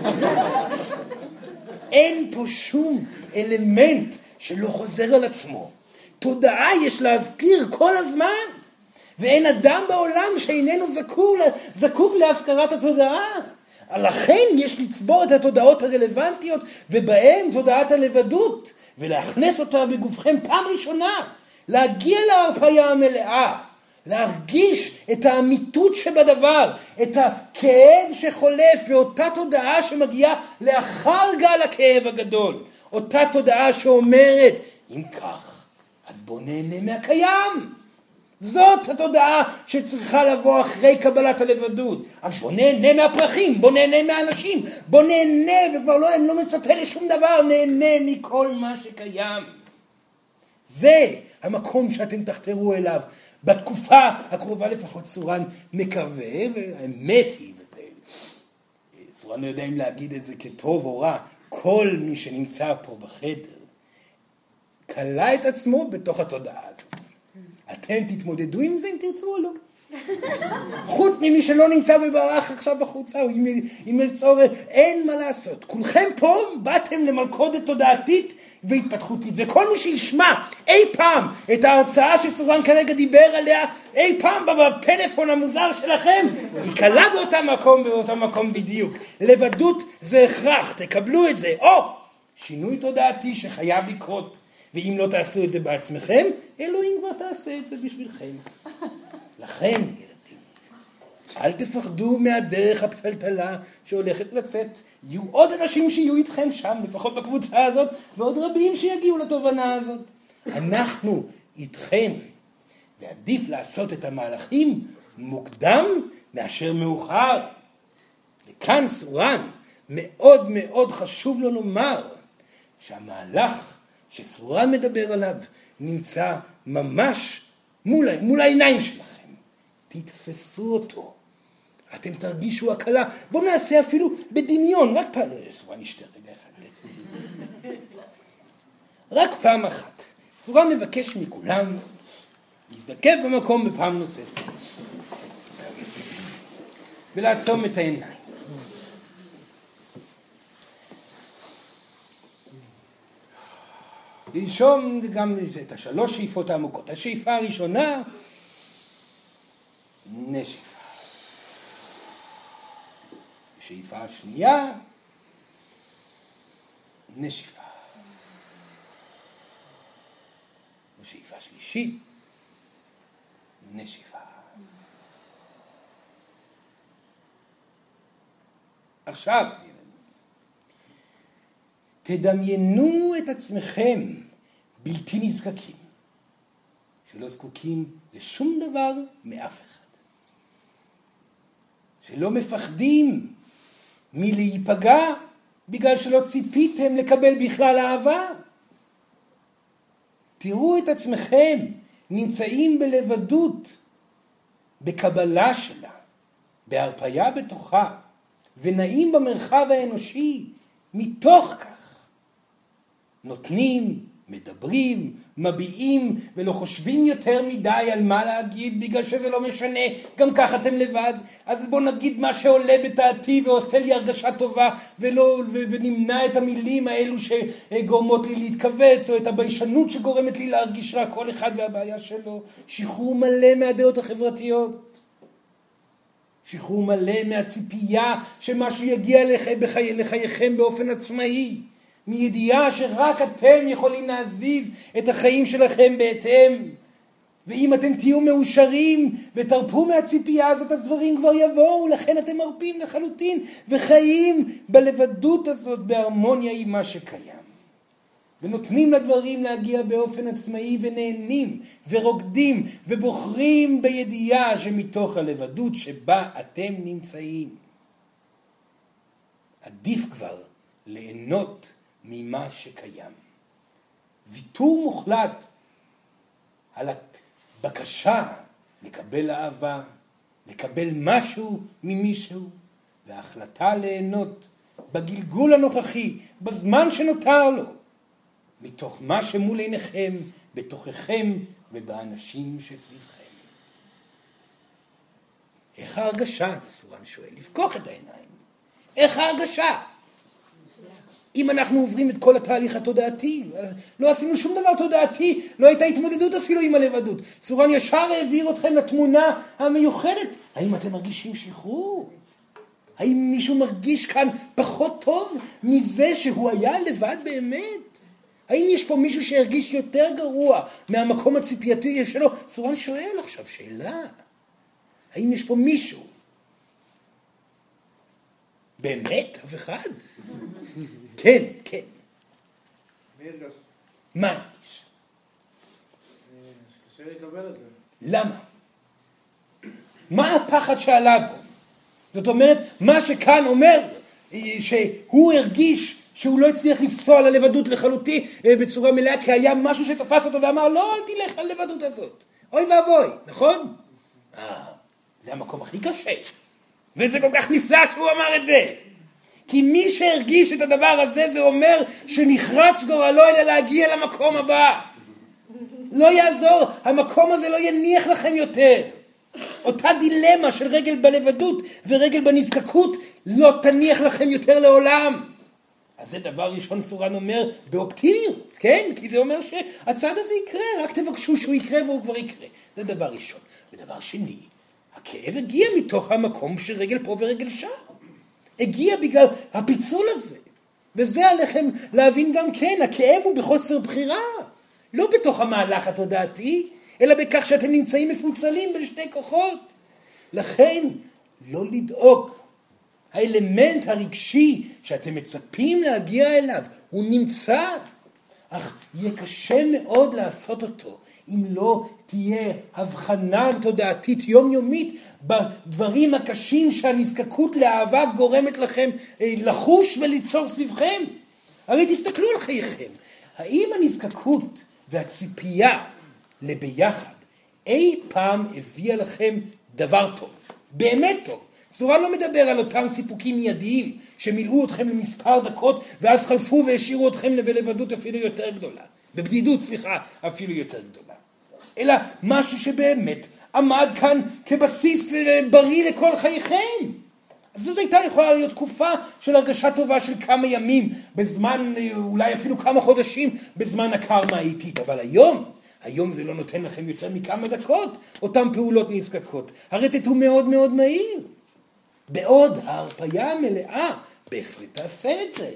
אין פה שום אלמנט שלא חוזר על עצמו. תודעה יש להזכיר כל הזמן. ואין אדם בעולם שאיננו זקוק, זקוק להזכרת התודעה. לכן יש לצבור את התודעות הרלוונטיות, ובהם תודעת הלבדות, ולהכנס אותה בגופכם פעם ראשונה. להגיע להרפאיה המלאה. להרגיש את האמיתות שבדבר, את הכאב שחולף, ואותה תודעה שמגיעה לאחר גל הכאב הגדול. אותה תודעה שאומרת, אם כך, אז בוא נהנה מהקיים. זאת התודעה שצריכה לבוא אחרי קבלת הלבדות. אז בוא נהנה מהפרחים, בוא נהנה מהאנשים, בוא נהנה, וכבר לא, אני לא מצפה לשום דבר, נהנה מכל מה שקיים. זה המקום שאתם תחתרו אליו. בתקופה הקרובה לפחות סורן מקווה, והאמת היא, וזה, סורן לא יודע אם להגיד את זה כטוב או רע, כל מי שנמצא פה בחדר, קלה את עצמו בתוך התודעה הזאת. אתם תתמודדו עם זה אם תרצו או לא. חוץ ממי שלא נמצא וברח עכשיו בחוצה, או עם, עם מצורת, אין מה לעשות. כולכם פה באתם למלכודת תודעתית והתפתחותית, וכל מי שישמע אי פעם את ההרצאה שסורן כרגע דיבר עליה, אי פעם בפלאפון המוזר שלכם, היא קלה באותה מקום, באותה מקום בדיוק. לבדות זה הכרח, תקבלו את זה. או שינוי תודעתי שחייב לקרות, ואם לא תעשו את זה בעצמכם, אלוהים כבר תעשה את זה בשבילכם. לכן, ילדים, אל תפחדו מהדרך הפתלתלה שהולכת לצאת. יהיו עוד אנשים שיהיו איתכם שם, לפחות בקבוצה הזאת, ועוד רבים שיגיעו לתובנה הזאת. אנחנו איתכם, ועדיף לעשות את המהלכים מוקדם מאשר מאוחר. וכאן סורן מאוד מאוד חשוב לו לומר שהמהלך שסורן מדבר עליו נמצא ממש מול, מול העיניים שלכם. תתפסו אותו. אתם תרגישו הקלה. בואו נעשה אפילו בדמיון. רק פעם... סורן נשתה רגע אחד. רק פעם אחת. סורן מבקש מכולם להזדקף במקום בפעם נוספת. ולעצום את העיניים. לנשום גם את השלוש שאיפות העמוקות. השאיפה הראשונה, נשיפה. השאיפה השנייה, נשיפה. השאיפה השלישית, נשיפה. עכשיו, תדמיינו את עצמכם בלתי נזקקים, שלא זקוקים לשום דבר מאף אחד, שלא מפחדים מלהיפגע בגלל שלא ציפיתם לקבל בכלל אהבה. תראו את עצמכם נמצאים בלבדות, בקבלה שלה, בהרפיה בתוכה, ונעים במרחב האנושי, מתוך כך נותנים, מדברים, מביעים, ולא חושבים יותר מדי על מה להגיד, בגלל שזה לא משנה, גם ככה אתם לבד, אז בוא נגיד מה שעולה בתעתי ועושה לי הרגשה טובה, ולא, ו, ונמנע את המילים האלו שגורמות לי להתכווץ, או את הביישנות שגורמת לי להרגיש רק כל אחד והבעיה שלו. שחרור מלא מהדעות החברתיות. שחרור מלא מהציפייה שמשהו יגיע לחי, בחי, לחייכם באופן עצמאי. מידיעה שרק אתם יכולים להזיז את החיים שלכם בהתאם. ואם אתם תהיו מאושרים ותרפו מהציפייה הזאת, אז דברים כבר יבואו, לכן אתם מרפים לחלוטין וחיים בלבדות הזאת בהרמוניה עם מה שקיים. ונותנים לדברים להגיע באופן עצמאי ונהנים ורוקדים ובוחרים בידיעה שמתוך הלבדות שבה אתם נמצאים. עדיף כבר ליהנות ממה שקיים. ויתור מוחלט על הבקשה לקבל אהבה, לקבל משהו ממישהו, וההחלטה ליהנות בגלגול הנוכחי, בזמן שנותר לו, מתוך מה שמול עיניכם, בתוככם ובאנשים שסביבכם. איך ההרגשה? סורן שואל, לפקוח את העיניים. איך ההרגשה? אם אנחנו עוברים את כל התהליך התודעתי, לא עשינו שום דבר תודעתי, לא הייתה התמודדות אפילו עם הלבדות. סורן ישר העביר אתכם לתמונה המיוחדת. האם אתם מרגישים שחרור? האם מישהו מרגיש כאן פחות טוב מזה שהוא היה לבד באמת? האם יש פה מישהו שהרגיש יותר גרוע מהמקום הציפייתי שלו? סורן שואל עכשיו שאלה. האם יש פה מישהו? באמת? אף אחד? כן, כן. מי הרגש? מה הרגיש? קשה לקבל את זה. למה? מה הפחד שעלה בו? זאת אומרת, מה שכאן אומר, שהוא הרגיש שהוא לא הצליח לפסוע על הלבדות לחלוטין בצורה מלאה, כי היה משהו שתפס אותו ואמר, לא, אל תלך על הלבדות הזאת. אוי ואבוי, נכון? אה, זה המקום הכי קשה. וזה כל כך נפלא שהוא אמר את זה. כי מי שהרגיש את הדבר הזה, זה אומר שנחרץ גורלו אלא להגיע למקום הבא. לא יעזור, המקום הזה לא יניח לכם יותר. אותה דילמה של רגל בלבדות ורגל בנזקקות לא תניח לכם יותר לעולם. אז זה דבר ראשון סורן אומר באופטימיות, כן? כי זה אומר שהצד הזה יקרה, רק תבקשו שהוא יקרה והוא כבר יקרה. זה דבר ראשון. ודבר שני, הכאב הגיע מתוך המקום של רגל פה ורגל שם. הגיע בגלל הפיצול הזה. וזה עליכם להבין גם כן, הכאב הוא בחוסר בחירה. לא בתוך המהלך התודעתי, אלא בכך שאתם נמצאים מפוצלים בין שני כוחות. לכן, לא לדאוג. האלמנט הרגשי שאתם מצפים להגיע אליו, הוא נמצא. אך יהיה קשה מאוד לעשות אותו, אם לא תהיה הבחנה תודעתית יומיומית בדברים הקשים שהנזקקות לאהבה גורמת לכם לחוש וליצור סביבכם. הרי תסתכלו על חייכם. האם הנזקקות והציפייה לביחד אי פעם הביאה לכם דבר טוב? באמת טוב. סורן לא מדבר על אותם סיפוקים מיידיים שמילאו אתכם למספר דקות ואז חלפו והשאירו אתכם בלבדות אפילו יותר גדולה. בבדידות, סליחה, אפילו יותר גדולה. אלא משהו שבאמת עמד כאן כבסיס בריא לכל חייכם. אז זאת הייתה יכולה להיות תקופה של הרגשה טובה של כמה ימים, בזמן, אולי אפילו כמה חודשים, בזמן הקרמה האיטית. אבל היום, היום זה לא נותן לכם יותר מכמה דקות, אותם פעולות נזקקות. הרטט הוא מאוד מאוד מהיר. בעוד ההרפיה המלאה, בהחלט תעשה את זה.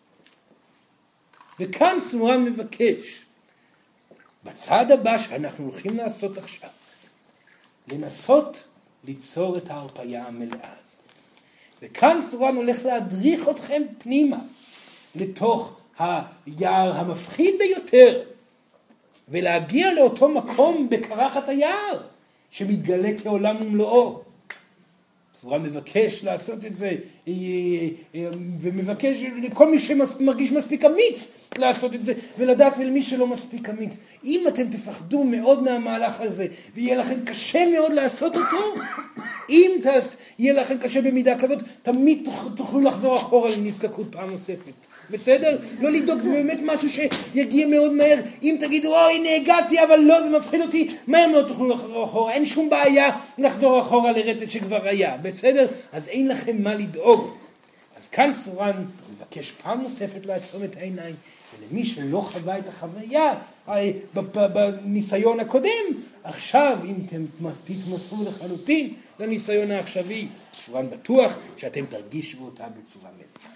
וכאן סורן מבקש, בצד הבא שאנחנו הולכים לעשות עכשיו, לנסות ליצור את ההרפיה המלאה הזאת. וכאן סורן הולך להדריך אתכם פנימה, לתוך היער המפחיד ביותר, ולהגיע לאותו מקום בקרחת היער, שמתגלה כעולם ומלואו. סורן מבקש לעשות את זה, ומבקש לכל מי שמרגיש מספיק אמיץ לעשות את זה, ולדעת ולמי שלא מספיק אמיץ. אם אתם תפחדו מאוד מהמהלך הזה, ויהיה לכם קשה מאוד לעשות אותו, אם תעש, יהיה לכם קשה במידה כזאת, תמיד תוכלו לחזור אחורה לנזקקות פעם נוספת. בסדר? לא לדאוג, זה באמת משהו שיגיע מאוד מהר. אם תגידו, אוי, הנה הגעתי, אבל לא, זה מפחיד אותי, מהר מאוד תוכלו לחזור אחורה. אין שום בעיה לחזור אחורה לרטט שכבר היה. בסדר? אז אין לכם מה לדאוג. אז כאן סורן מבקש פעם נוספת לעצום את העיניים, ולמי שלא חווה את החוויה בניסיון הקודם, עכשיו אם אתם תתמסרו לחלוטין לניסיון העכשווי, סורן בטוח שאתם תרגישו אותה בצורה מלאה.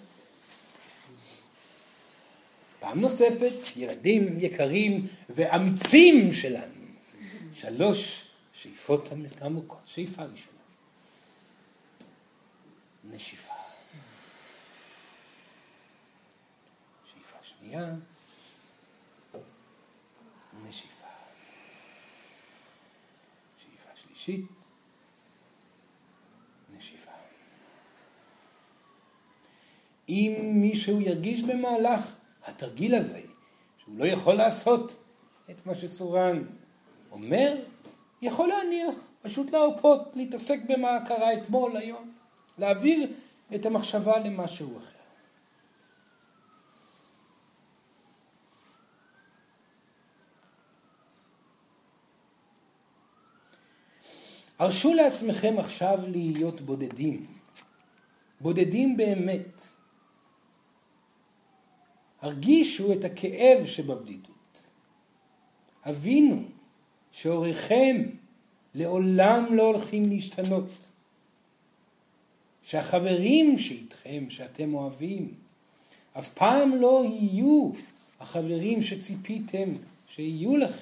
פעם נוספת, ילדים יקרים ואמיצים שלנו, שלוש שאיפות עמוקות. שאיפה ראשונה, נשיפה. שאיפה שנייה, נשיפה. שאיפה שלישית, נשיפה. אם מישהו ירגיש במהלך התרגיל הזה שהוא לא יכול לעשות את מה שסורן אומר, יכול להניח, פשוט להרפות, להתעסק במה קרה אתמול, היום, להעביר את המחשבה למשהו אחר. הרשו לעצמכם עכשיו להיות בודדים, בודדים באמת. הרגישו את הכאב שבבדידות. הבינו שהוריכם לעולם לא הולכים להשתנות. שהחברים שאיתכם, שאתם אוהבים, אף פעם לא יהיו החברים שציפיתם שיהיו לכם.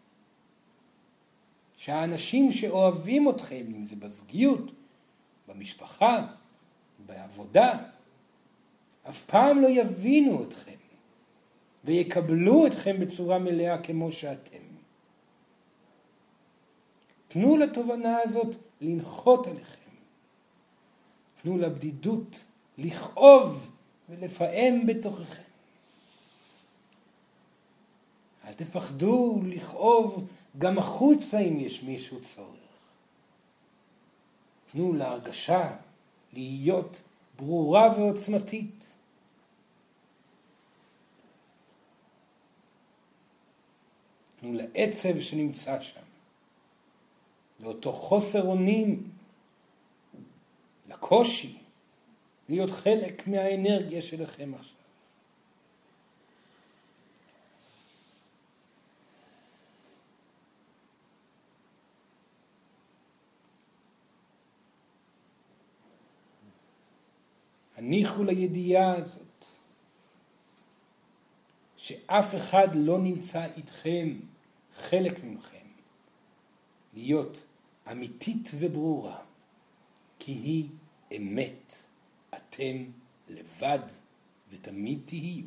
שהאנשים שאוהבים אתכם, אם זה בזוגיות, במשפחה, בעבודה, אף פעם לא יבינו אתכם ויקבלו אתכם בצורה מלאה כמו שאתם. תנו לתובנה הזאת לנחות עליכם. תנו לבדידות לכאוב ולפעם בתוככם. אל תפחדו לכאוב גם החוצה אם יש מישהו צורך. תנו להרגשה להיות ברורה ועוצמתית. תנו לעצב שנמצא שם, לאותו חוסר אונים, לקושי, להיות חלק מהאנרגיה שלכם עכשיו. הניחו לידיעה הזאת שאף אחד לא נמצא איתכם חלק ממכם, להיות אמיתית וברורה, כי היא אמת. אתם לבד ותמיד תהיו.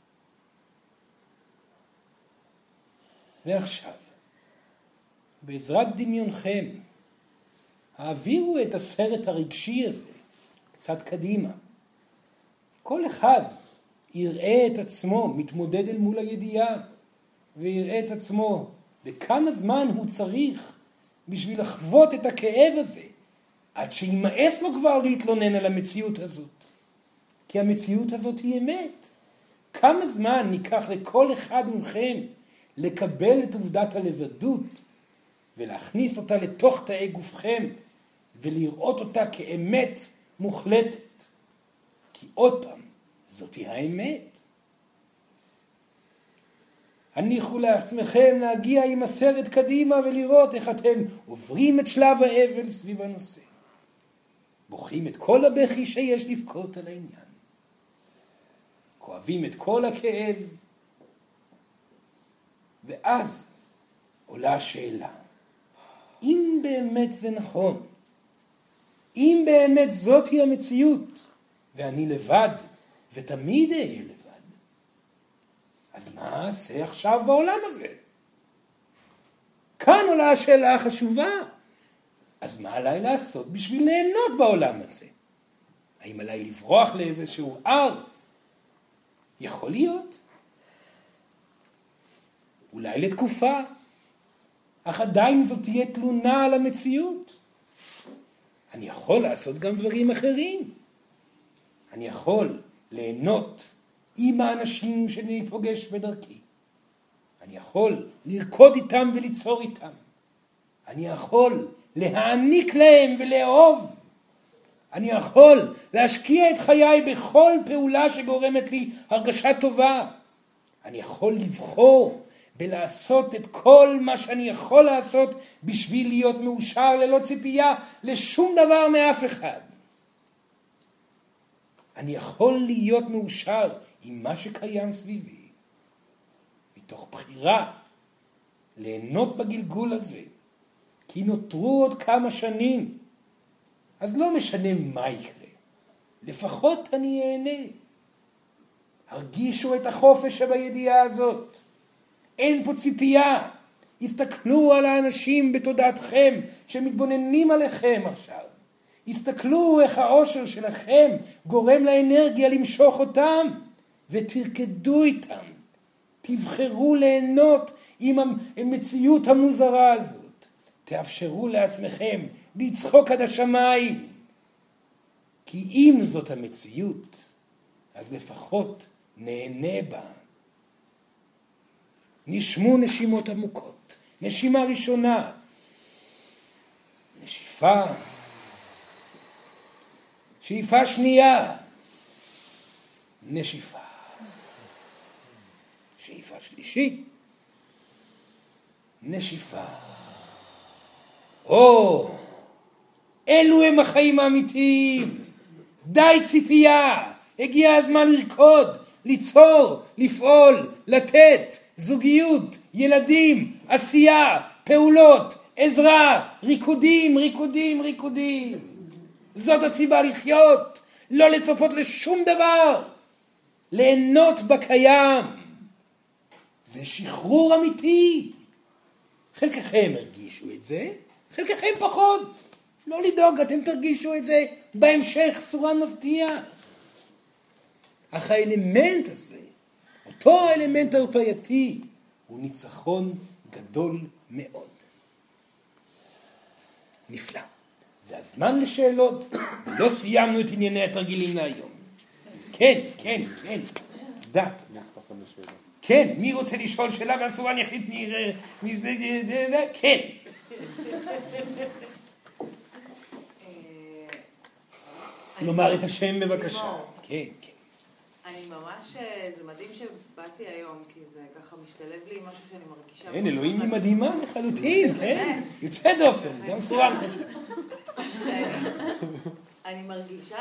ועכשיו, בעזרת דמיונכם, העבירו את הסרט הרגשי הזה קצת קדימה. כל אחד יראה את עצמו מתמודד אל מול הידיעה, ויראה את עצמו בכמה זמן הוא צריך בשביל לחוות את הכאב הזה, עד שימאס לו כבר להתלונן על המציאות הזאת. כי המציאות הזאת היא אמת. כמה זמן ניקח לכל אחד מכם לקבל את עובדת הלבדות, ולהכניס אותה לתוך תאי גופכם, ולראות אותה כאמת מוחלטת. כי עוד פעם, זאת היא האמת. הניחו לעצמכם להגיע עם הסרט קדימה ולראות איך אתם עוברים את שלב האבל סביב הנושא. בוכים את כל הבכי שיש לבכות על העניין. כואבים את כל הכאב. ואז עולה השאלה, אם באמת זה נכון, אם באמת זאת היא המציאות, ואני לבד, ותמיד אהיה לבד, אז מה אעשה עכשיו בעולם הזה? כאן עולה השאלה החשובה. אז מה עליי לעשות בשביל ליהנות בעולם הזה? האם עליי לברוח לאיזשהו הר? יכול להיות. אולי לתקופה, אך עדיין זאת תהיה תלונה על המציאות. אני יכול לעשות גם דברים אחרים. אני יכול ליהנות עם האנשים שאני פוגש בדרכי. אני יכול לרקוד איתם וליצור איתם. אני יכול להעניק להם ולאהוב. אני יכול להשקיע את חיי בכל פעולה שגורמת לי הרגשה טובה. אני יכול לבחור בלעשות את כל מה שאני יכול לעשות בשביל להיות מאושר ללא ציפייה לשום דבר מאף אחד. אני יכול להיות מאושר עם מה שקיים סביבי, מתוך בחירה ליהנות בגלגול הזה, כי נותרו עוד כמה שנים. אז לא משנה מה יקרה, לפחות אני אהנה. הרגישו את החופש שבידיעה הזאת. אין פה ציפייה. הסתכלו על האנשים בתודעתכם שמתבוננים עליכם עכשיו. הסתכלו איך האושר שלכם גורם לאנרגיה למשוך אותם, ותרקדו איתם. תבחרו ליהנות עם המציאות המוזרה הזאת. תאפשרו לעצמכם לצחוק עד השמיים. כי אם זאת המציאות, אז לפחות נהנה בה. נשמו נשימות עמוקות. נשימה ראשונה. נשיפה. שאיפה שנייה. נשיפה. שאיפה שלישית. נשיפה. או, אלו הם החיים האמיתיים. די ציפייה. הגיע הזמן לרקוד, ליצור, לפעול, לתת, זוגיות, ילדים, עשייה, פעולות, עזרה, ריקודים, ריקודים, ריקודים. זאת הסיבה לחיות, לא לצפות לשום דבר. ליהנות בקיים. זה שחרור אמיתי. חלקכם הרגישו את זה, חלקכם פחות. לא לדאוג, אתם תרגישו את זה בהמשך, סורן מבטיח. אך האלמנט הזה, אותו האלמנט הרפייתי, הוא ניצחון גדול מאוד. נפלא. זה הזמן לשאלות, ולא סיימנו את ענייני התרגילים להיום. כן, כן, כן. דת. כן, מי רוצה לשאול שאלה והסורן יחליט מי זה, כן. לומר את השם בבקשה. כן, כן. אני ממש, זה מדהים שבאתי היום, כי זה ככה משתלב לי עם משהו שאני מרגישה. כן, אלוהים היא מדהימה לחלוטין, כן? יוצא דופן, גם סורן חשוב. אני מרגישה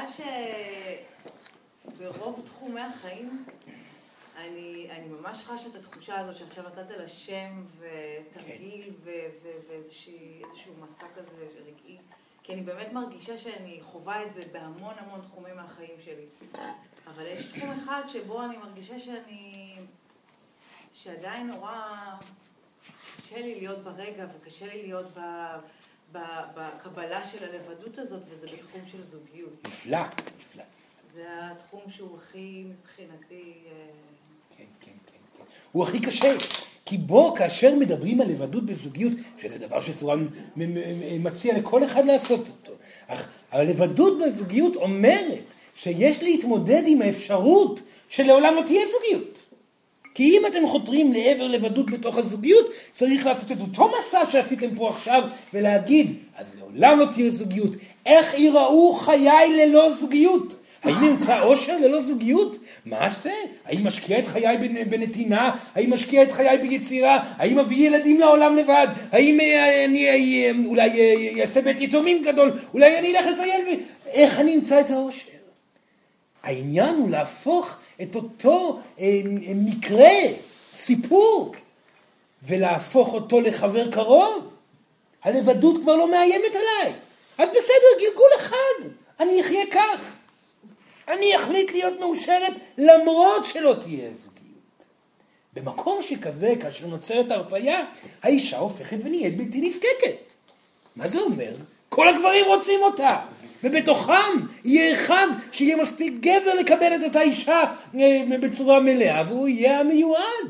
שברוב תחומי החיים, אני, אני ממש חשה את התחושה הזאת שעכשיו נתת לה שם ותרגיל ואיזשהו מסע כזה רגעי. כי אני באמת מרגישה שאני חווה את זה בהמון המון תחומים מהחיים שלי. אבל יש תחום אחד שבו אני מרגישה שאני, שעדיין נורא קשה לי להיות ברגע וקשה לי להיות ב, ב, בקבלה של הלבדות הזאת, וזה בתחום של זוגיות. נפלא, נפלא. זה התחום שהוא הכי מבחינתי... כן, כן, כן, כן. הוא הכי קשה. כי בו, כאשר מדברים על לבדות בזוגיות, שזה דבר שסורן מציע לכל אחד לעשות אותו, אך הלבדות בזוגיות אומרת שיש להתמודד עם האפשרות שלעולם לא תהיה זוגיות. כי אם אתם חותרים לעבר לבדות בתוך הזוגיות, צריך לעשות את אותו מסע שעשיתם פה עכשיו, ולהגיד, אז לעולם לא תהיה זוגיות. איך ייראו חיי ללא זוגיות? האם נמצא אושר ללא זוגיות? מה עשה? האם משקיע את חיי בנתינה? האם משקיע את חיי ביצירה? האם מביא ילדים לעולם לבד? האם אני אולי יעשה בית יתומים גדול? אולי אני אלך לטייל? איך אני אמצא את האושר? העניין הוא להפוך את אותו מקרה, סיפור, ולהפוך אותו לחבר קרוב. הלבדות כבר לא מאיימת עליי. אז בסדר, גלגול אחד. אני אחיה כך. אני אחליט להיות מאושרת למרות שלא תהיה זוגיות. במקום שכזה, כאשר נוצרת הרפיה, האישה הופכת ונהיית בלתי נזקקת. מה זה אומר? כל הגברים רוצים אותה. ובתוכם יהיה אחד שיהיה מספיק גבר לקבל את אותה אישה בצורה מלאה, והוא יהיה המיועד.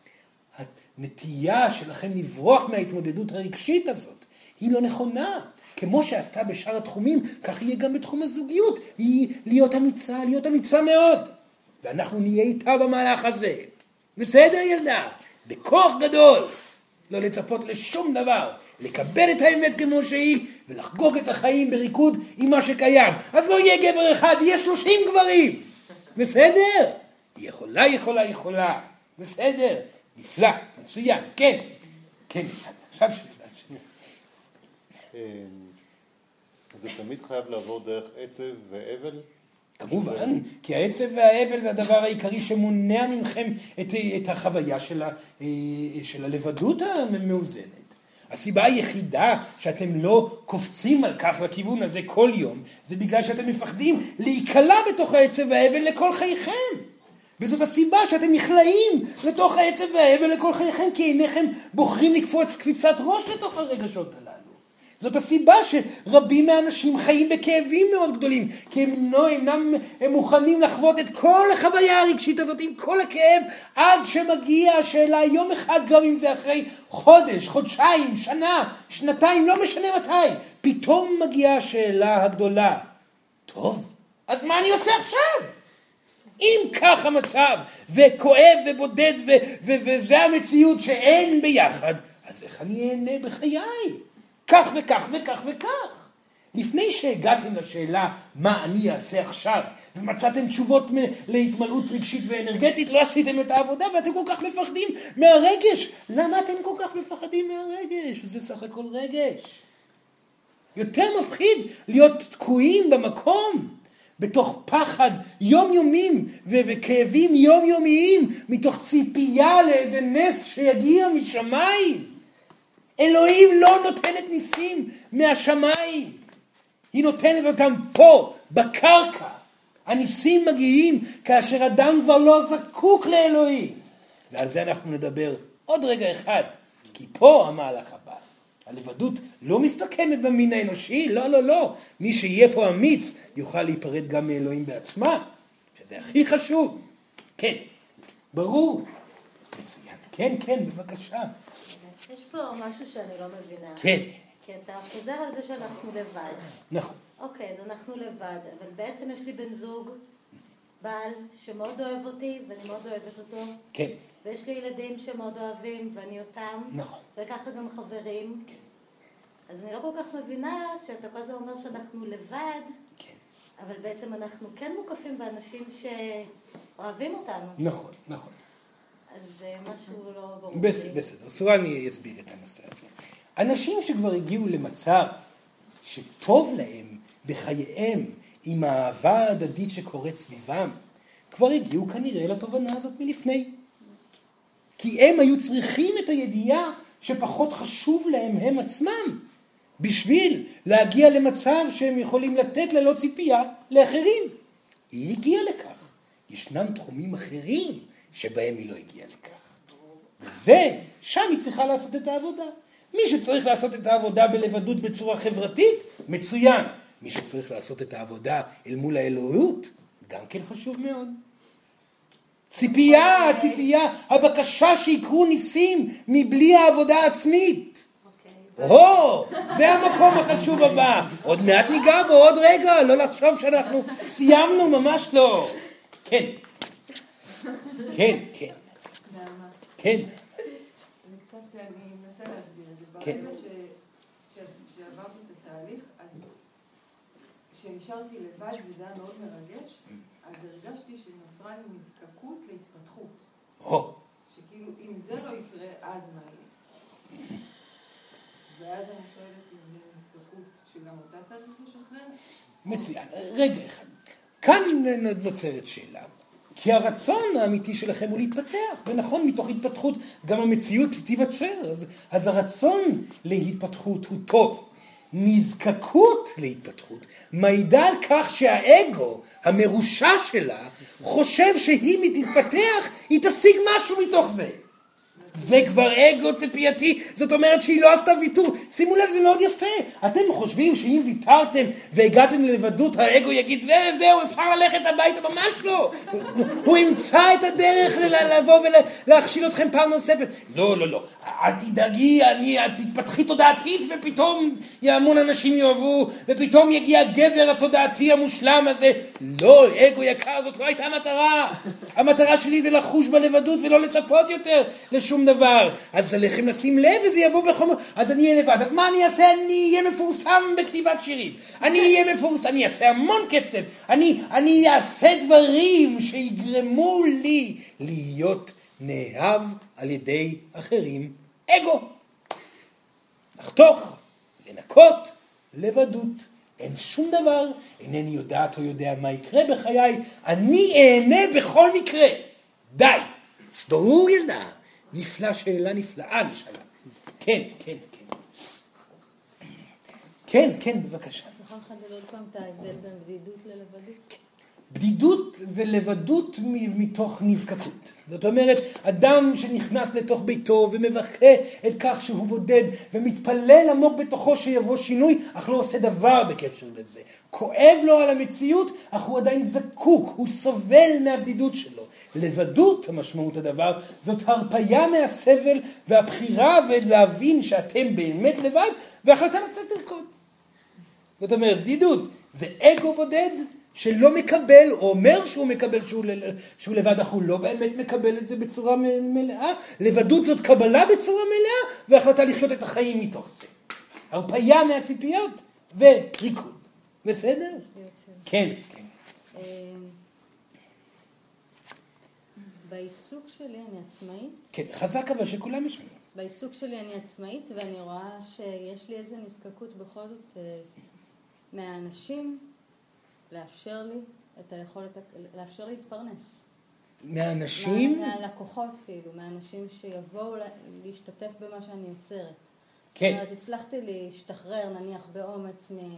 הנטייה שלכם לברוח מההתמודדות הרגשית הזאת היא לא נכונה. כמו שעשתה בשאר התחומים, כך יהיה גם בתחום הזוגיות. היא להיות אמיצה, להיות אמיצה מאוד. ואנחנו נהיה איתה במהלך הזה. בסדר ילדה? בכוח גדול. לא לצפות לשום דבר. לקבל את האמת כמו שהיא, ולחגוג את החיים בריקוד עם מה שקיים. אז לא יהיה גבר אחד, יהיה שלושים גברים. בסדר? היא יכולה, יכולה, יכולה. בסדר? נפלא, מצוין. כן. כן, עכשיו שאלה שנייה. זה תמיד חייב לעבור דרך עצב ואבל? כמובן, כי העצב והאבל זה הדבר העיקרי שמונע מכם את, את החוויה של, ה, של הלבדות המאוזנת. הסיבה היחידה שאתם לא קופצים על כך לכיוון הזה כל יום, זה בגלל שאתם מפחדים להיקלע בתוך העצב והאבל לכל חייכם. וזאת הסיבה שאתם נכלאים לתוך העצב והאבל לכל חייכם, כי אינכם בוחרים לקפוץ קפיצת ראש לתוך הרגשות הללו. זאת הסיבה שרבים מהאנשים חיים בכאבים מאוד גדולים, כי הם לא, אינם הם מוכנים לחוות את כל החוויה הרגשית הזאת עם כל הכאב, עד שמגיע השאלה יום אחד, גם אם זה אחרי חודש, חודשיים, שנה, שנתיים, לא משנה מתי, פתאום מגיעה השאלה הגדולה, טוב, אז מה אני עושה עכשיו? אם כך המצב, וכואב ובודד, ו- ו- וזה המציאות שאין ביחד, אז איך אני אהנה בחיי? כך וכך וכך וכך. לפני שהגעתם לשאלה מה אני אעשה עכשיו, ומצאתם תשובות להתמלאות רגשית ואנרגטית, לא עשיתם את העבודה ואתם כל כך מפחדים מהרגש. למה אתם כל כך מפחדים מהרגש? זה סך הכל רגש. יותר מפחיד להיות תקועים במקום, בתוך פחד יומיומיים ו- וכאבים יומיומיים, מתוך ציפייה לאיזה נס שיגיע משמיים. אלוהים לא נותנת ניסים מהשמיים. היא נותנת אותם פה, בקרקע. הניסים מגיעים כאשר אדם כבר לא זקוק לאלוהים. ועל זה אנחנו נדבר עוד רגע אחד. כי פה המהלך הבא. הלבדות לא מסתכמת במין האנושי, לא, לא, לא. מי שיהיה פה אמיץ יוכל להיפרד גם מאלוהים בעצמה. שזה הכי חשוב. כן, ברור. מצוין. כן, כן, בבקשה. יש פה משהו שאני לא מבינה. כן. כי אתה חוזר על זה שאנחנו לבד. נכון. אוקיי, אז אנחנו לבד, אבל בעצם יש לי בן זוג, בעל, שמאוד אוהב אותי, ואני מאוד אוהבת אותו. כן. ויש לי ילדים שמאוד אוהבים, ואני אותם. נכון. וככה גם חברים. כן. אז אני לא כל כך מבינה שאתה כל הזמן אומר שאנחנו לבד, כן. אבל בעצם אנחנו כן מוקפים באנשים שאוהבים אותנו. נכון, נכון. אז זה משהו לא ברור. בסדר, בסדר. סורן אני אסביר את הנושא הזה. אנשים שכבר הגיעו למצב שטוב להם בחייהם עם האהבה ההדדית שקורית סביבם, כבר הגיעו כנראה לתובנה הזאת מלפני. כי הם היו צריכים את הידיעה שפחות חשוב להם הם עצמם, בשביל להגיע למצב שהם יכולים לתת ללא ציפייה לאחרים. היא הגיעה לכך. ישנם תחומים אחרים שבהם היא לא הגיעה לכך. וזה, שם היא צריכה לעשות את העבודה. מי שצריך לעשות את העבודה בלבדות בצורה חברתית, מצוין. מי שצריך לעשות את העבודה אל מול האלוהות, גם כן חשוב מאוד. ציפייה, ציפייה, הבקשה שיקרו ניסים מבלי העבודה העצמית. או, זה המקום החשוב הבא. עוד מעט ניגע בו, עוד רגע, לא לחשוב שאנחנו סיימנו, ממש לא. כן. כן, כן. כן. אני קצת, אני מנסה להסביר את זה. כן. ברגע שעברתי את התהליך, אז כשנשארתי לבד, וזה היה מאוד מרגש, אז הרגשתי שנוצרה לי נזקקות להתפתחות. או. שכאילו, אם זה לא יקרה, אז מה יהיה? ואז אני שואלת אם זה נזקקות שגם אותה צריך לשחרר? מצוין. רגע אחד. כאן נוצרת שאלה. כי הרצון האמיתי שלכם הוא להתפתח, ונכון, מתוך התפתחות גם המציאות תיווצר, אז, אז הרצון להתפתחות הוא טוב. נזקקות להתפתחות מעידה על כך שהאגו המרושע שלה חושב שהיא מתפתח, היא תשיג משהו מתוך זה. זה כבר אגו ציפייתי, זאת אומרת שהיא לא עשתה ויתור. שימו לב, זה מאוד יפה. אתם חושבים שאם ויתרתם והגעתם ללבדות, האגו יגיד, וזהו, אפשר ללכת הביתה, ממש לא. הוא ימצא את הדרך לבוא ולהכשיל אתכם פעם נוספת. לא, לא, לא. אל תדאגי, אני, תתפתחי תודעתית, ופתאום המון אנשים יאהבו, ופתאום יגיע הגבר התודעתי המושלם הזה. לא, אגו יקר, זאת לא הייתה המטרה. המטרה שלי זה לחוש בלבדות ולא לצפות יותר לשום דבר. אז עליכם לשים לב וזה יבוא בחומר. אז אני אהיה לבד. אז מה אני אעשה? אני אהיה מפורסם בכתיבת שירים. אני אהיה מפורסם, אני אעשה המון כסף. אני, אני אעשה דברים שיגרמו לי להיות נאהב על ידי אחרים. אגו. לחתוך, לנקות, לבדות. אין שום דבר, אינני יודעת או יודע מה יקרה בחיי, אני אהנה בכל מקרה. די. ברור ילדה. נפלא, שאלה נפלאה נשאלה. כן, כן, כן. כן, כן, בבקשה. אתה יכול לחדד עוד פעם את ההבדל בין בדידות ללבדות? בדידות זה לבדות מתוך נזקקות. זאת אומרת, אדם שנכנס לתוך ביתו ומבכה את כך שהוא בודד ומתפלל עמוק בתוכו שיבוא שינוי, אך לא עושה דבר בקשר לזה. כואב לו על המציאות, אך הוא עדיין זקוק, הוא סובל מהבדידות שלו. לבדות, המשמעות הדבר, זאת הרפיה מהסבל והבחירה ולהבין שאתם באמת לבד והחלטה לצאת לרקוד. זאת אומרת, בדידות זה אגו בודד, שלא מקבל, או אומר שהוא מקבל שהוא, שהוא לבד, אך הוא לא באמת מקבל את זה בצורה מלאה. לבדות זאת קבלה בצורה מלאה, והחלטה לחיות את החיים מתוך זה. הרפיה מהציפיות וריקוד. בסדר? כן, כן. בעיסוק שלי אני עצמאית. כן, חזק אבל שכולם ישמעו. בעיסוק שלי אני עצמאית, ואני רואה שיש לי איזו נזקקות בכל זאת מהאנשים, לאפשר לי את היכולת, לאפשר לי להתפרנס. מהאנשים? מה, מהלקוחות, כאילו, מהאנשים שיבואו להשתתף במה שאני יוצרת. כן. זאת אומרת, הצלחתי להשתחרר, נניח, באומץ מ,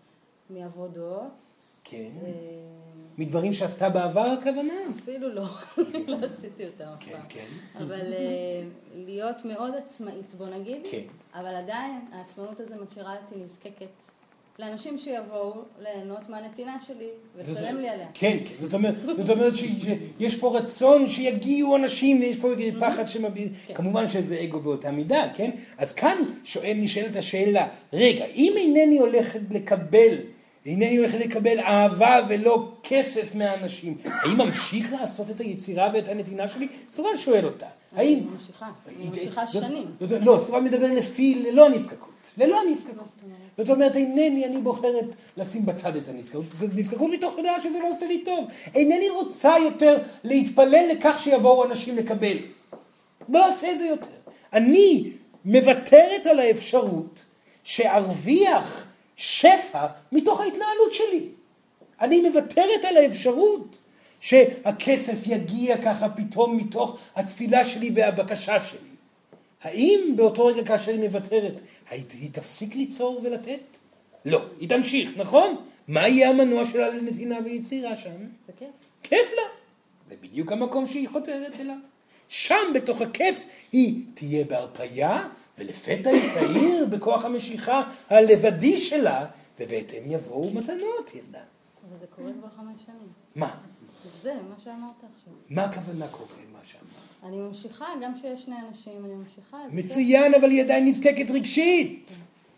מעבודות. כן. ו... מדברים שעשתה בעבר הכוונה? אפילו לא, לא עשיתי אותם אף פעם. כן, כן. אבל להיות מאוד עצמאית, בוא נגיד. כן. אבל עדיין, העצמאות הזו משאירה אותי נזקקת. לאנשים שיבואו ליהנות מהנתינה שלי ולשלם לי עליה. כן, כן. זאת אומרת, זאת אומרת שיש פה רצון שיגיעו אנשים, ויש פה פחד שמביאים. כמובן שזה אגו באותה מידה, כן? אז כאן שואל, נשאלת השאלה, רגע, אם אינני הולכת לקבל, אינני הולכת לקבל אהבה ולא כסף מהאנשים, האם ממשיך לעשות את היצירה ואת הנתינה שלי? סורן שואל אותה. אני ממשיכה, אני ממשיכה שנים. לא, סורן מדבר לפי ללא נזקקות. ללא נזקקות. זאת אומרת, אינני, אני בוחרת לשים בצד את הנזקקות. נזקקות מתוך תודעה שזה לא עושה לי טוב. אינני רוצה יותר להתפלל לכך שיבואו אנשים לקבל. לא עושה את זה יותר. אני מוותרת על האפשרות שארוויח שפע מתוך ההתנהלות שלי. אני מוותרת על האפשרות שהכסף יגיע ככה פתאום מתוך התפילה שלי והבקשה שלי. האם באותו רגע כאשר היא מוותרת, היא תפסיק ליצור ולתת? לא, היא תמשיך, נכון? מה יהיה המנוע שלה לנתינה ויצירה שם? זה כיף. כיף לה. זה בדיוק המקום שהיא חותרת אליו. שם בתוך הכיף היא תהיה בהרפיה, ולפתע היא תאיר בכוח המשיכה הלבדי שלה, ובהתאם יבואו מתנות, ידע. אבל זה קורה כבר חמש שנים. מה? זה מה שאמרת עכשיו. מה הכוונה קורה, מה שאמרת? אני ממשיכה, גם שיש שני אנשים, אני ממשיכה. מצוין, אבל היא עדיין נזקקת רגשית.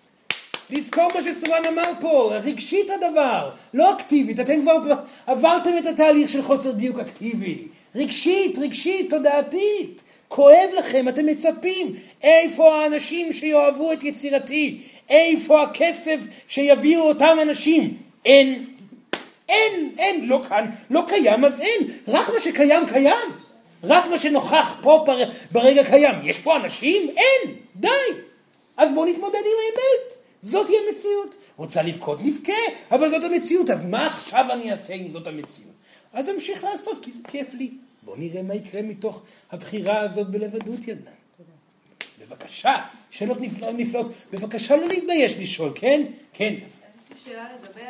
לזכור מה שסורן אמר פה, רגשית הדבר, לא אקטיבית. אתם כבר עברתם את התהליך של חוסר דיוק אקטיבי. רגשית, רגשית, תודעתית. כואב לכם, אתם מצפים. איפה האנשים שיאהבו את יצירתי? איפה הכסף שיביאו אותם אנשים? אין. אין, אין, לא כאן, לא קיים, אז אין. רק מה שקיים, קיים. רק מה שנוכח פה ברגע קיים. יש פה אנשים? אין. די. אז בואו נתמודד עם האמת. זאת היא המציאות. רוצה לבכות, נבכה, אבל זאת המציאות. אז מה עכשיו אני אעשה אם זאת המציאות? אז אמשיך לעשות, כי זה כיף לי. בואו נראה מה יקרה מתוך הבחירה הזאת בלבדות ילדה. תודה. בבקשה, שאלות נפלאות נפלאות. בבקשה לא להתבייש לשאול, כן? כן. יש לי שאלה לגבי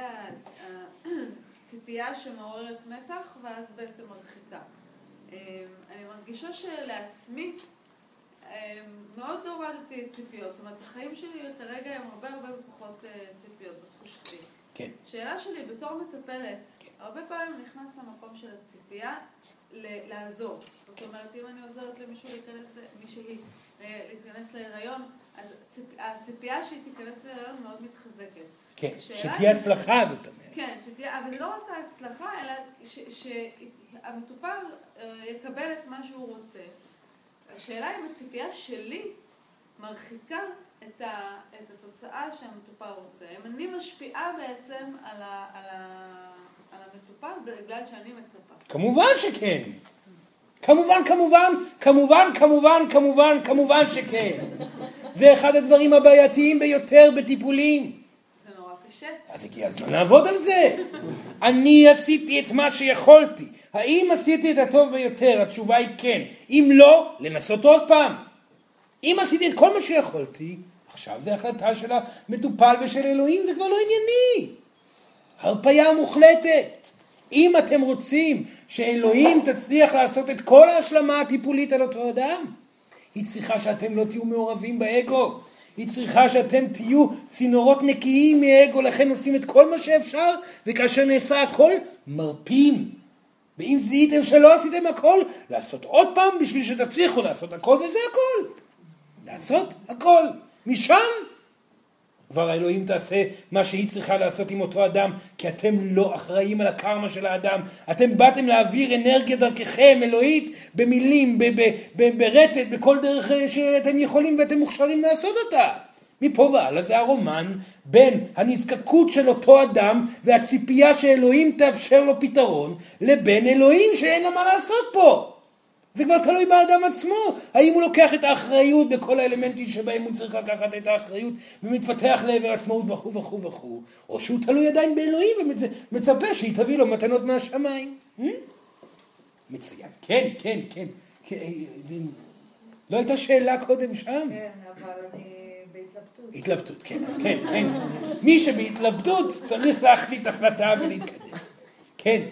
הציפייה שמעוררת מתח, ואז בעצם מרחיקה. אני מרגישה שלעצמי, מאוד הורדתי ציפיות, זאת אומרת, החיים שלי כרגע הם הרבה הרבה פחות ציפיות בתחושתי. כן. שאלה שלי, בתור מטפלת, הרבה פעמים נכנס למקום של הציפייה לעזור. זאת אומרת, אם אני עוזרת למישהו להיכנס, מישהי להיכנס להיריון, אז הציפייה שהיא תיכנס להיריון מאוד מתחזקת. כן, שתהיה הצלחה זאת אומרת. כן, שתהיה, אבל לא רק ההצלחה, אלא שהמטופל יקבל את מה שהוא רוצה. השאלה אם הציפייה שלי מרחיקה את, ה, את התוצאה שהמטופל רוצה. אם אני משפיעה בעצם על, ה, על, ה, על המטופל בגלל שאני מצפה. כמובן שכן. כמובן, כמובן, כמובן, כמובן, כמובן, כמובן שכן. זה אחד הדברים הבעייתיים ביותר בטיפולים. זה נורא קשה. אז הגיע הזמן לעבוד על זה. אני עשיתי את מה שיכולתי. האם עשיתי את הטוב ביותר? התשובה היא כן. אם לא, לנסות עוד פעם. אם עשיתי את כל מה שיכולתי, עכשיו זה החלטה של המטופל ושל אלוהים, זה כבר לא ענייני. הרפיה מוחלטת. אם אתם רוצים שאלוהים תצליח לעשות את כל ההשלמה הטיפולית על אותו אדם, היא צריכה שאתם לא תהיו מעורבים באגו. היא צריכה שאתם תהיו צינורות נקיים מאגו, לכן עושים את כל מה שאפשר, וכאשר נעשה הכל, מרפים. ואם זיהיתם שלא עשיתם הכל, לעשות עוד פעם בשביל שתצליחו לעשות הכל, וזה הכל. לעשות הכל. משם כבר האלוהים תעשה מה שהיא צריכה לעשות עם אותו אדם, כי אתם לא אחראים על הקרמה של האדם. אתם באתם להעביר אנרגיה דרככם, אלוהית, במילים, ברטט, בכל דרך שאתם יכולים ואתם מוכשרים לעשות אותה. מפה והלאה זה הרומן בין הנזקקות של אותו אדם והציפייה שאלוהים תאפשר לו פתרון, לבין אלוהים שאין לה מה לעשות פה. זה כבר תלוי באדם עצמו, האם הוא לוקח את האחריות בכל האלמנטים שבהם הוא צריך לקחת את האחריות ומתפתח לעבר עצמאות וכו' וכו' וכו', או שהוא תלוי עדיין באלוהים ומצפה שהיא תביא לו מתנות מהשמיים. מצוין, כן, כן, כן. לא הייתה שאלה קודם שם? כן, אבל אני בהתלבטות. התלבטות, כן, אז כן, כן. מי שבהתלבטות צריך להחליט החלטה ולהתקדם. כן.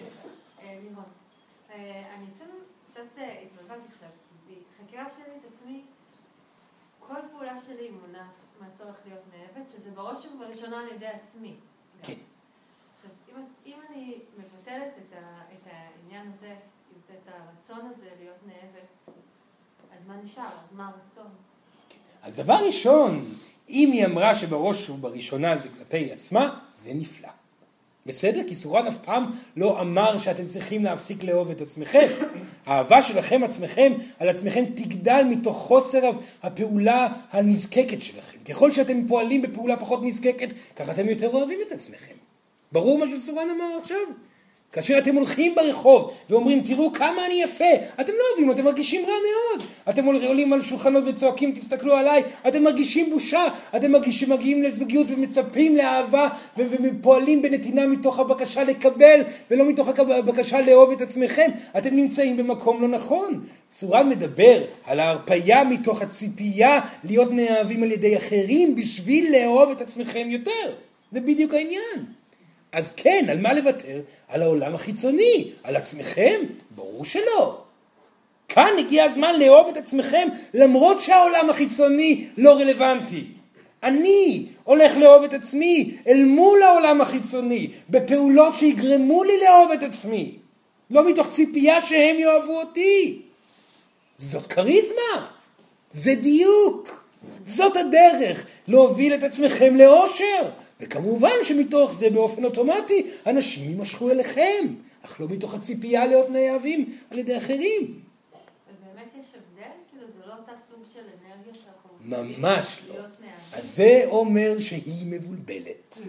כל פעולה שלי מונעת מהצורך להיות נאהבת, שזה בראש ובראשונה על ידי עצמי. כן. עכשיו, אם, אם אני מבטלת את, ה, את העניין הזה, את הרצון הזה להיות נאהבת, אז מה נשאר? אז מה הרצון? כן. אז דבר ראשון, אם היא אמרה שבראש ובראשונה זה כלפי עצמה, זה נפלא. בסדר? כי סורן אף פעם לא אמר שאתם צריכים להפסיק לאהוב את עצמכם. האהבה שלכם עצמכם, על עצמכם תגדל מתוך חוסר הפעולה הנזקקת שלכם. ככל שאתם פועלים בפעולה פחות נזקקת, ככה אתם יותר אוהבים את עצמכם. ברור מה שסורן אמר עכשיו? כאשר אתם הולכים ברחוב ואומרים, תראו כמה אני יפה, אתם לא אוהבים, אתם מרגישים רע מאוד. אתם עולים על שולחנות וצועקים, תסתכלו עליי, אתם מרגישים בושה, אתם מרגישים, מגיעים לזוגיות ומצפים לאהבה ו- ופועלים בנתינה מתוך הבקשה לקבל ולא מתוך הבקשה לאהוב את עצמכם. אתם נמצאים במקום לא נכון. סורן מדבר על ההרפיה מתוך הציפייה להיות נאהבים על ידי אחרים בשביל לאהוב את עצמכם יותר. זה בדיוק העניין. אז כן, על מה לוותר? על העולם החיצוני, על עצמכם? ברור שלא. כאן הגיע הזמן לאהוב את עצמכם, למרות שהעולם החיצוני לא רלוונטי. אני הולך לאהוב את עצמי אל מול העולם החיצוני, בפעולות שיגרמו לי לאהוב את עצמי. לא מתוך ציפייה שהם יאהבו אותי. זאת קריזמה. זה דיוק. זאת הדרך להוביל את עצמכם לאושר. וכמובן שמתוך זה באופן אוטומטי אנשים יימשכו אליכם, אך לא מתוך הציפייה להיות נאהבים על ידי אחרים. ובאמת יש הבדל? כאילו זה לא אותה סוג של אנרגיה שאנחנו... ממש לא. אז זה אומר שהיא מבולבלת.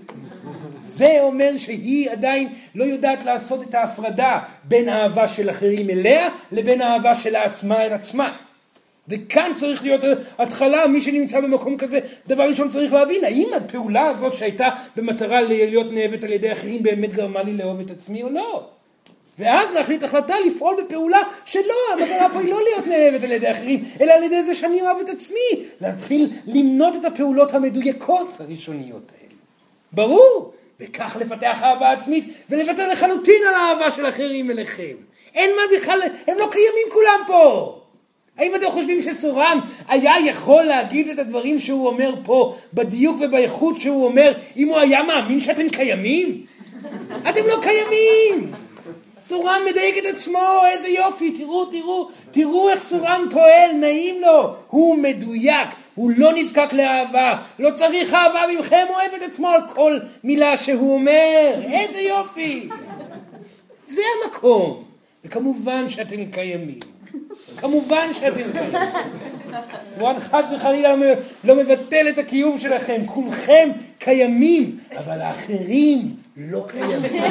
זה אומר שהיא עדיין לא יודעת לעשות את ההפרדה בין האהבה של אחרים אליה לבין האהבה של עצמה אל עצמה. וכאן צריך להיות התחלה, מי שנמצא במקום כזה, דבר ראשון צריך להבין, האם הפעולה הזאת שהייתה במטרה להיות נאהבת על ידי אחרים באמת גרמה לי לאהוב את עצמי או לא? ואז להחליט החלטה לפעול בפעולה שלא, המטרה פה היא לא להיות נאהבת על ידי אחרים, אלא על ידי זה שאני אוהב את עצמי, להתחיל למנות את הפעולות המדויקות הראשוניות האלה. ברור, וכך לפתח אהבה עצמית ולוותר לחלוטין על האהבה של אחרים אליכם. אין מה בכלל, הם לא קיימים כולם פה. האם אתם חושבים שסורן היה יכול להגיד את הדברים שהוא אומר פה, בדיוק ובאיכות שהוא אומר, אם הוא היה מאמין שאתם קיימים? אתם לא קיימים! סורן מדייק את עצמו, איזה יופי, תראו, תראו, תראו איך סורן פועל, נעים לו, הוא מדויק, הוא לא נזקק לאהבה, לא צריך אהבה ממכם, הוא אוהב את עצמו על כל מילה שהוא אומר, איזה יופי! זה המקום, וכמובן שאתם קיימים, כמובן שאתם קיימים. סורן חס וחלילה לא מבטל את הקיום שלכם, כולכם קיימים, אבל האחרים לא קיימים.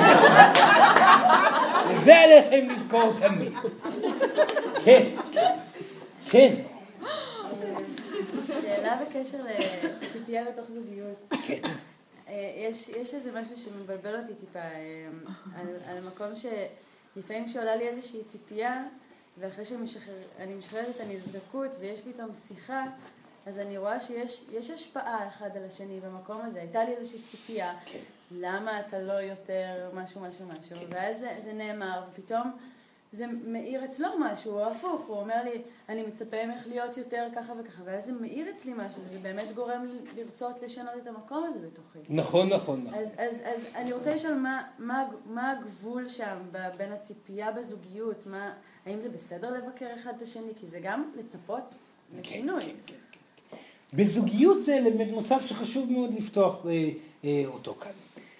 וזה עליכם לזכור תמיד. כן, כן. שאלה בקשר לציפייה בתוך זוגיות. כן. יש, יש איזה משהו שמבלבל אותי טיפה, על, על המקום שלפעמים כשעולה לי איזושהי ציפייה, ואחרי שאני משחררת את הנזקקות ויש פתאום שיחה, אז אני רואה שיש יש השפעה אחד על השני במקום הזה. הייתה לי איזושהי ציפייה, כן. למה אתה לא יותר משהו משהו משהו, כן. ואז זה, זה נאמר, ופתאום זה מאיר אצלו משהו, או הפוך, הוא אומר לי, אני מצפה ממך להיות יותר ככה וככה, ואז זה מאיר אצלי משהו, וזה באמת גורם לרצות לשנות את המקום הזה בתוכי. נכון, נכון, נכון. אז, אז, אז אני רוצה לשאול, מה, מה, מה הגבול שם בין הציפייה בזוגיות, מה, האם זה בסדר לבקר אחד את השני, כי זה גם לצפות לשינוי. כן, כן, כן, כן. בזוגיות זה אלמנט נוסף שחשוב מאוד לפתוח אה, אה, אותו כאן.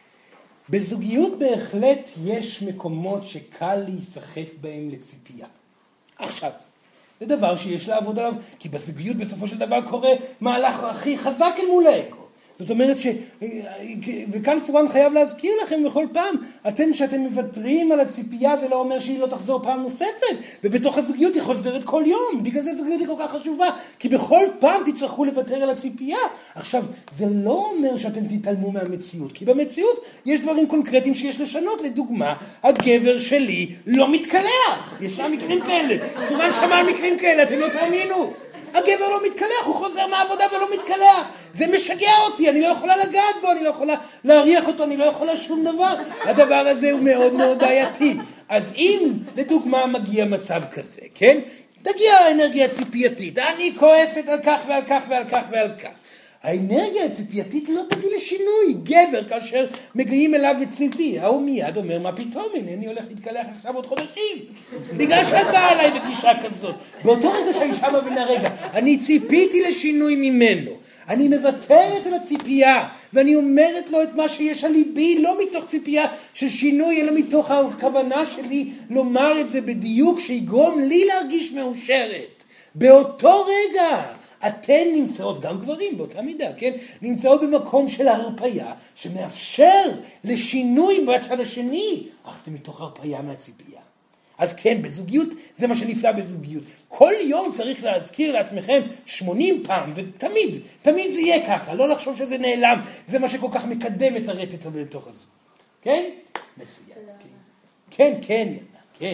בזוגיות בהחלט יש מקומות שקל להיסחף בהם לציפייה. עכשיו, זה דבר שיש לעבוד עליו, כי בזוגיות בסופו של דבר קורה מהלך הכי חזק אל מול האגו. זאת אומרת ש... וכאן סורן חייב להזכיר לכם בכל פעם, אתם שאתם מוותרים על הציפייה, זה לא אומר שהיא לא תחזור פעם נוספת, ובתוך הזוגיות היא חוזרת כל יום, בגלל זה הזוגיות היא כל כך חשובה, כי בכל פעם תצטרכו לוותר על הציפייה. עכשיו, זה לא אומר שאתם תתעלמו מהמציאות, כי במציאות יש דברים קונקרטיים שיש לשנות, לדוגמה, הגבר שלי לא מתקלח, ישנם מקרים כאלה, סורן שמע על מקרים כאלה, אתם לא תאמינו. הגבר לא מתקלח, הוא חוזר מהעבודה ולא מתקלח. זה משגע אותי, אני לא יכולה לגעת בו, אני לא יכולה להריח אותו, אני לא יכולה שום דבר. הדבר הזה הוא מאוד מאוד בעייתי. אז אם לדוגמה מגיע מצב כזה, כן? תגיע האנרגיה הציפייתית, אני כועסת על כך ועל כך ועל כך ועל כך. האנרגיה הציפייתית לא תביא לשינוי. גבר, כאשר מגיעים אליו בציפייה, הוא מיד אומר, מה פתאום, אני הולך להתקלח עכשיו עוד חודשים. בגלל שאת באה עליי בגישה כזאת. באותו רגע שהאישה מבינה, רגע, אני ציפיתי לשינוי ממנו. אני מוותרת על הציפייה, ואני אומרת לו את מה שיש על ליבי, לא מתוך ציפייה של שינוי, אלא מתוך הכוונה שלי לומר את זה בדיוק, שיגרום לי להרגיש מאושרת. באותו רגע, אתן נמצאות, גם גברים באותה מידה, כן? נמצאות במקום של הרפאיה, שמאפשר לשינוי בצד השני, אך זה מתוך הרפאיה מהציפייה. אז כן, בזוגיות, זה מה שנפלא בזוגיות. כל יום צריך להזכיר לעצמכם שמונים פעם, ותמיד, תמיד זה יהיה ככה, לא לחשוב שזה נעלם, זה מה שכל כך מקדם את הרטט בתוך הזוגיות. כן? מצוין. כן, כן, כן.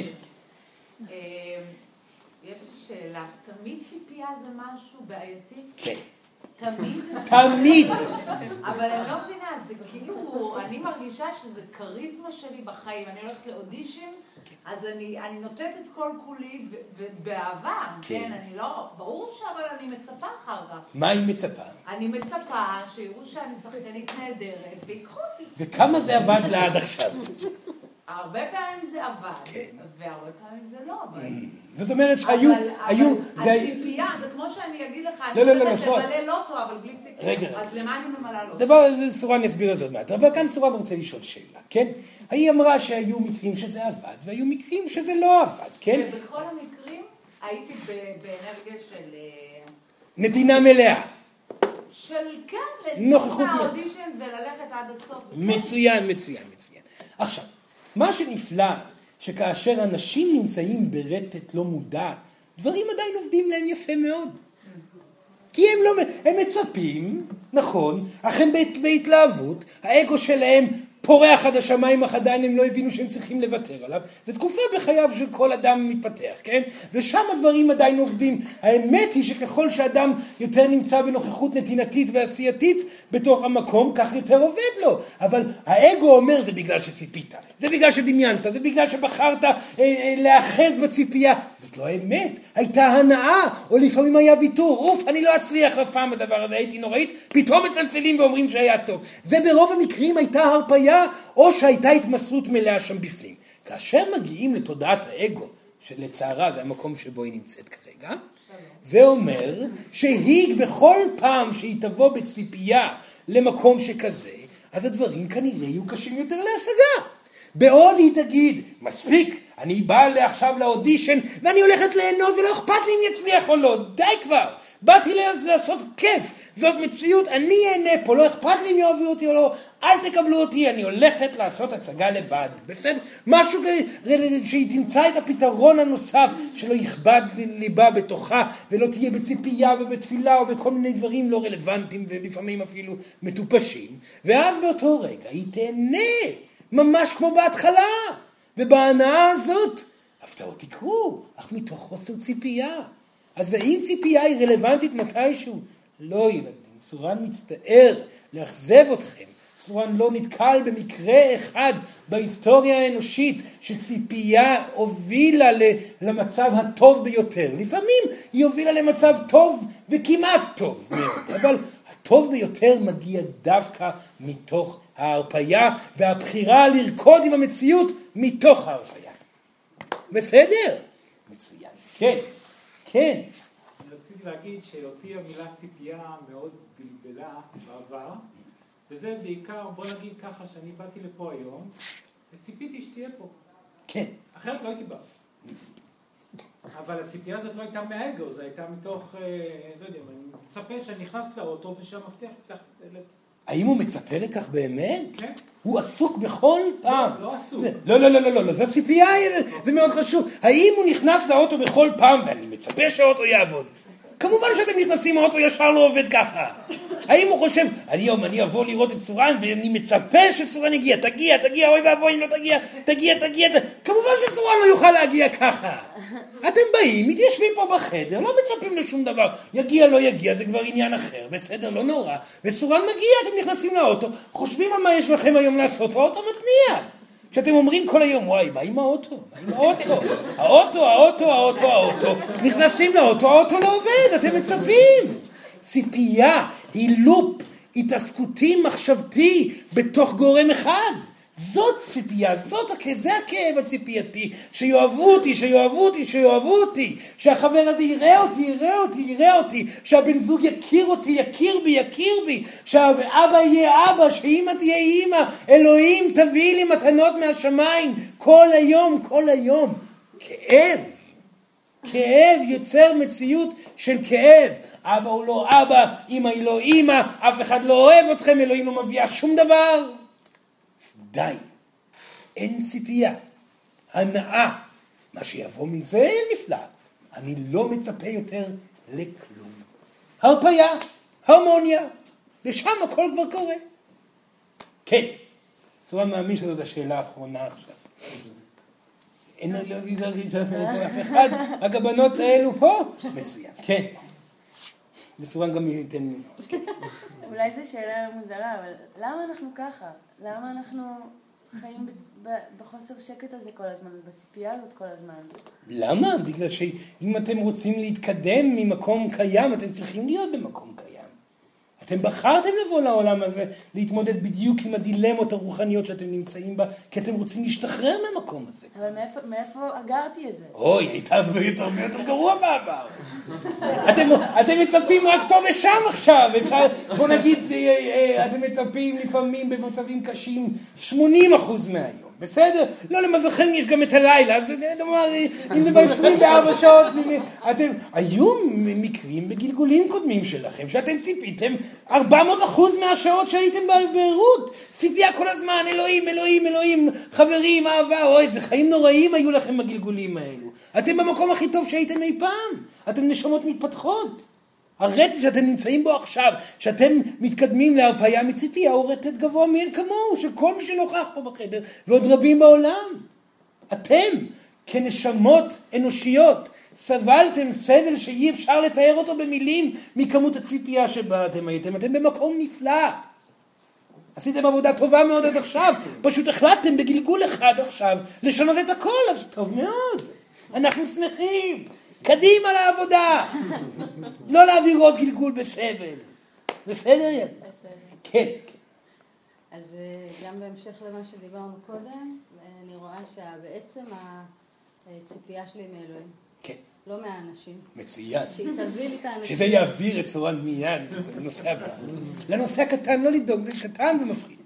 יש לי שאלה, תמיד ציפייה זה משהו בעייתי? כן. תמיד? תמיד. אבל אני לא מבינה, זה כאילו, אני מרגישה שזה קריזמה שלי בחיים, אני הולכת לאודישן, אז אני, אני נותנת את כל כולי ובאהבה, כן. כן, אני לא, ברור שאבל אני מצפה אחר כך. מה היא מצפה? אני מצפה שיראו שאני שחקנית נהדרת ויקחו אותי. וכמה זה עבד לה עד עכשיו? הרבה פעמים זה עבד, כן. והרבה פעמים זה לא עבד. זאת אומרת שהיו, אבל, היו, אבל זה... הציפייה, זה כמו שאני אגיד לך, לא, אני לא, לא, יודעת סורן. לבלה לוטו, אבל בלי ציפייה. רגע, אז למה אני ממלאה לוטו? דבר, סורן יסביר את זה עוד מעט, אבל כאן סורן רוצה לשאול שאלה, כן? היא אמרה שהיו מקרים שזה עבד, והיו מקרים שזה לא עבד, כן? ובכל המקרים הייתי באנרגיה של... נתינה מלאה. של כן, נוכחות לתוך האודישן וללכת עד הסוף. מצוין, מצוין, מצוין. עכשיו, מה שנפלא, שכאשר אנשים נמצאים ברטט לא מודע, דברים עדיין עובדים להם יפה מאוד. כי הם לא, הם מצפים, נכון, אך הם בהתלהבות, האגו שלהם פורח עד השמיים אך עדיין הם לא הבינו שהם צריכים לוותר עליו. זו תקופה בחייו של כל אדם מתפתח, כן? ושם הדברים עדיין עובדים. האמת היא שככל שאדם יותר נמצא בנוכחות נתינתית ועשייתית בתוך המקום, כך יותר עובד לו. אבל האגו אומר זה בגלל שציפית, זה בגלל שדמיינת, זה בגלל שבחרת אה, אה, לאחז בציפייה. זאת לא האמת, הייתה הנאה, או לפעמים היה ויתור. אוף, אני לא אצליח אף פעם בדבר הזה, הייתי נוראית, פתאום מצלצלים ואומרים שהיה טוב. זה ברוב המקרים הייתה הרפיה, או שהייתה התמסרות מלאה שם בפנים. כאשר מגיעים לתודעת האגו, שלצערה זה המקום שבו היא נמצאת כרגע, זה אומר שהיא בכל פעם שהיא תבוא בציפייה למקום שכזה, אז הדברים כנראה יהיו קשים יותר להשגה. בעוד היא תגיד, מספיק, אני באה עכשיו לאודישן ואני הולכת ליהנות ולא אכפת לי אם יצליח או לא, די כבר, באתי לעשות כיף, זאת מציאות, אני אהנה פה, לא אכפת לי אם יאהבו אותי או לא, אל תקבלו אותי, אני הולכת לעשות הצגה לבד, בסדר? משהו שהיא תמצא את הפתרון הנוסף, שלא יכבד ליבה בתוכה, ולא תהיה בציפייה ובתפילה או בכל מיני דברים לא רלוונטיים ולפעמים אפילו מטופשים, ואז באותו רגע היא תהנה, ממש כמו בהתחלה, ובהנאה הזאת, הפתעות יקרו, אך מתוך חוסר ציפייה. אז האם ציפייה היא רלוונטית מתישהו? לא ילדים, סורן מצטער לאכזב אתכם. סורן לא נתקל במקרה אחד בהיסטוריה האנושית שציפייה הובילה למצב הטוב ביותר. לפעמים היא הובילה למצב טוב וכמעט טוב מאוד, אבל הטוב ביותר מגיע דווקא מתוך ההרפיה והבחירה לרקוד עם המציאות מתוך ההרפיה. בסדר? מצוין. כן, כן. אני רציתי להגיד שאותי המילה ציפייה מאוד בלבלה בעבר, וזה בעיקר, בוא נגיד ככה, שאני באתי לפה היום, וציפיתי שתהיה פה. כן. אחרת לא הייתי בא. אבל הציפייה הזאת לא הייתה מהאגו, זה הייתה מתוך, לא יודע, אני מצפה שאני נכנס לאוטו ושהמפתח יפתח את הדלת. האם הוא מצפה לכך באמת? כן. הוא עסוק בכל פעם. לא, לא עסוק. לא, לא, לא, לא, לא, זו ציפייה, זה מאוד חשוב. האם הוא נכנס לאוטו בכל פעם, ואני מצפה שהאוטו יעבוד? כמובן שאתם נכנסים, האוטו ישר לא עובד ככה. האם הוא חושב, היום אני אבוא לראות את סורן, ואני מצפה שסורן יגיע, תגיע, תגיע, אוי ואבוי אם לא תגיע, תגיע, תגיע, כמובן שסורן לא יוכל להגיע ככה. אתם באים, מתיישבים פה בחדר, לא מצפים לשום דבר, יגיע, לא יגיע, זה כבר עניין אחר, בסדר, לא נורא, וסורן מגיע, אתם נכנסים לאוטו, חושבים על מה יש לכם היום לעשות, האוטו מתניע. כשאתם אומרים כל היום, וואי, מה עם האוטו? מה עם האוטו? האוטו, האוטו, האוטו, האוטו, נכנסים לאוטו, האוטו לא עובד, אתם מצפים. ציפייה היא לופ התעסקותי מחשבתי בתוך גורם אחד. זאת ציפייה, זאת, זה הכאב הציפייתי, שיואהבו אותי, שיואהבו אותי, שיואהבו אותי, שהחבר הזה יראה אותי, יראה אותי, יראה אותי, שהבן זוג יכיר אותי, יכיר בי, יכיר בי, שהאבא יהיה אבא, שאמא תהיה אמא, אלוהים תביא לי מתנות מהשמיים, כל היום, כל היום. כאב, כאב יוצר מציאות של כאב. אבא הוא לא אבא, אמא היא לא אמא, אף אחד לא אוהב אתכם, אלוהים לא מביאה שום דבר. די, אין ציפייה, הנאה, מה שיבוא מזה נפלא, אני לא מצפה יותר לכלום. הרפיה, הרמוניה, ושם הכל כבר קורה. כן, סורן מאמין שזאת השאלה האחרונה עכשיו. אין לי לא להגיד אף אחד, רק הבנות האלו פה, מצוין, כן. וסורן גם ייתן לי. אולי זו שאלה מוזרה, אבל למה אנחנו ככה? למה אנחנו חיים בחוסר שקט הזה כל הזמן, בציפייה הזאת כל הזמן? למה? בגלל שאם אתם רוצים להתקדם ממקום קיים, אתם צריכים להיות במקום קיים. אתם בחרתם לבוא לעולם הזה, להתמודד בדיוק עם הדילמות הרוחניות שאתם נמצאים בה, כי אתם רוצים להשתחרר מהמקום הזה. אבל מאיפה, מאיפה אגרתי את זה? אוי, הייתה הרבה יותר, יותר גרוע בעבר. אתם, אתם מצפים רק פה ושם עכשיו. אפשר, בוא נגיד, אתם מצפים לפעמים במצבים קשים שמונים אחוז מהיום. בסדר? לא, למזלכם יש גם את הלילה, אז נאמר, אם זה ב-עשרים וארבע שעות, אתם, היו מקרים בגלגולים קודמים שלכם, שאתם ציפיתם ארבע מאות אחוז מהשעות שהייתם בעירות, ציפייה כל הזמן, אלוהים, אלוהים, אלוהים, חברים, אהבה, אוי, איזה חיים נוראים היו לכם בגלגולים האלו. אתם במקום הכי טוב שהייתם אי פעם, אתם נשמות מתפתחות. הרטט שאתם נמצאים בו עכשיו, שאתם מתקדמים להרפאיה מציפייה, הוא רטט גבוה מאין כמוהו, של כל מי שנוכח פה בחדר, ועוד רבים בעולם. אתם, כנשמות אנושיות, סבלתם סבל שאי אפשר לתאר אותו במילים מכמות הציפייה שבה אתם הייתם. אתם במקום נפלא. עשיתם עבודה טובה מאוד עד עכשיו, פשוט החלטתם בגלגול אחד עכשיו לשנות את הכל, אז טוב מאוד. אנחנו שמחים. קדימה לעבודה. לא להעביר עוד גלגול בסבל. בסדר ילד? כן, כן. אז גם בהמשך למה שדיברנו קודם, אני רואה שבעצם הציפייה שלי מאלוהים. כן. לא מהאנשים. מצוין. שהיא תביא לי את האנשים. שזה יעביר את סורן מיד, לנושא הבא. לנושא הקטן לא לדאוג, זה קטן ומפחיד.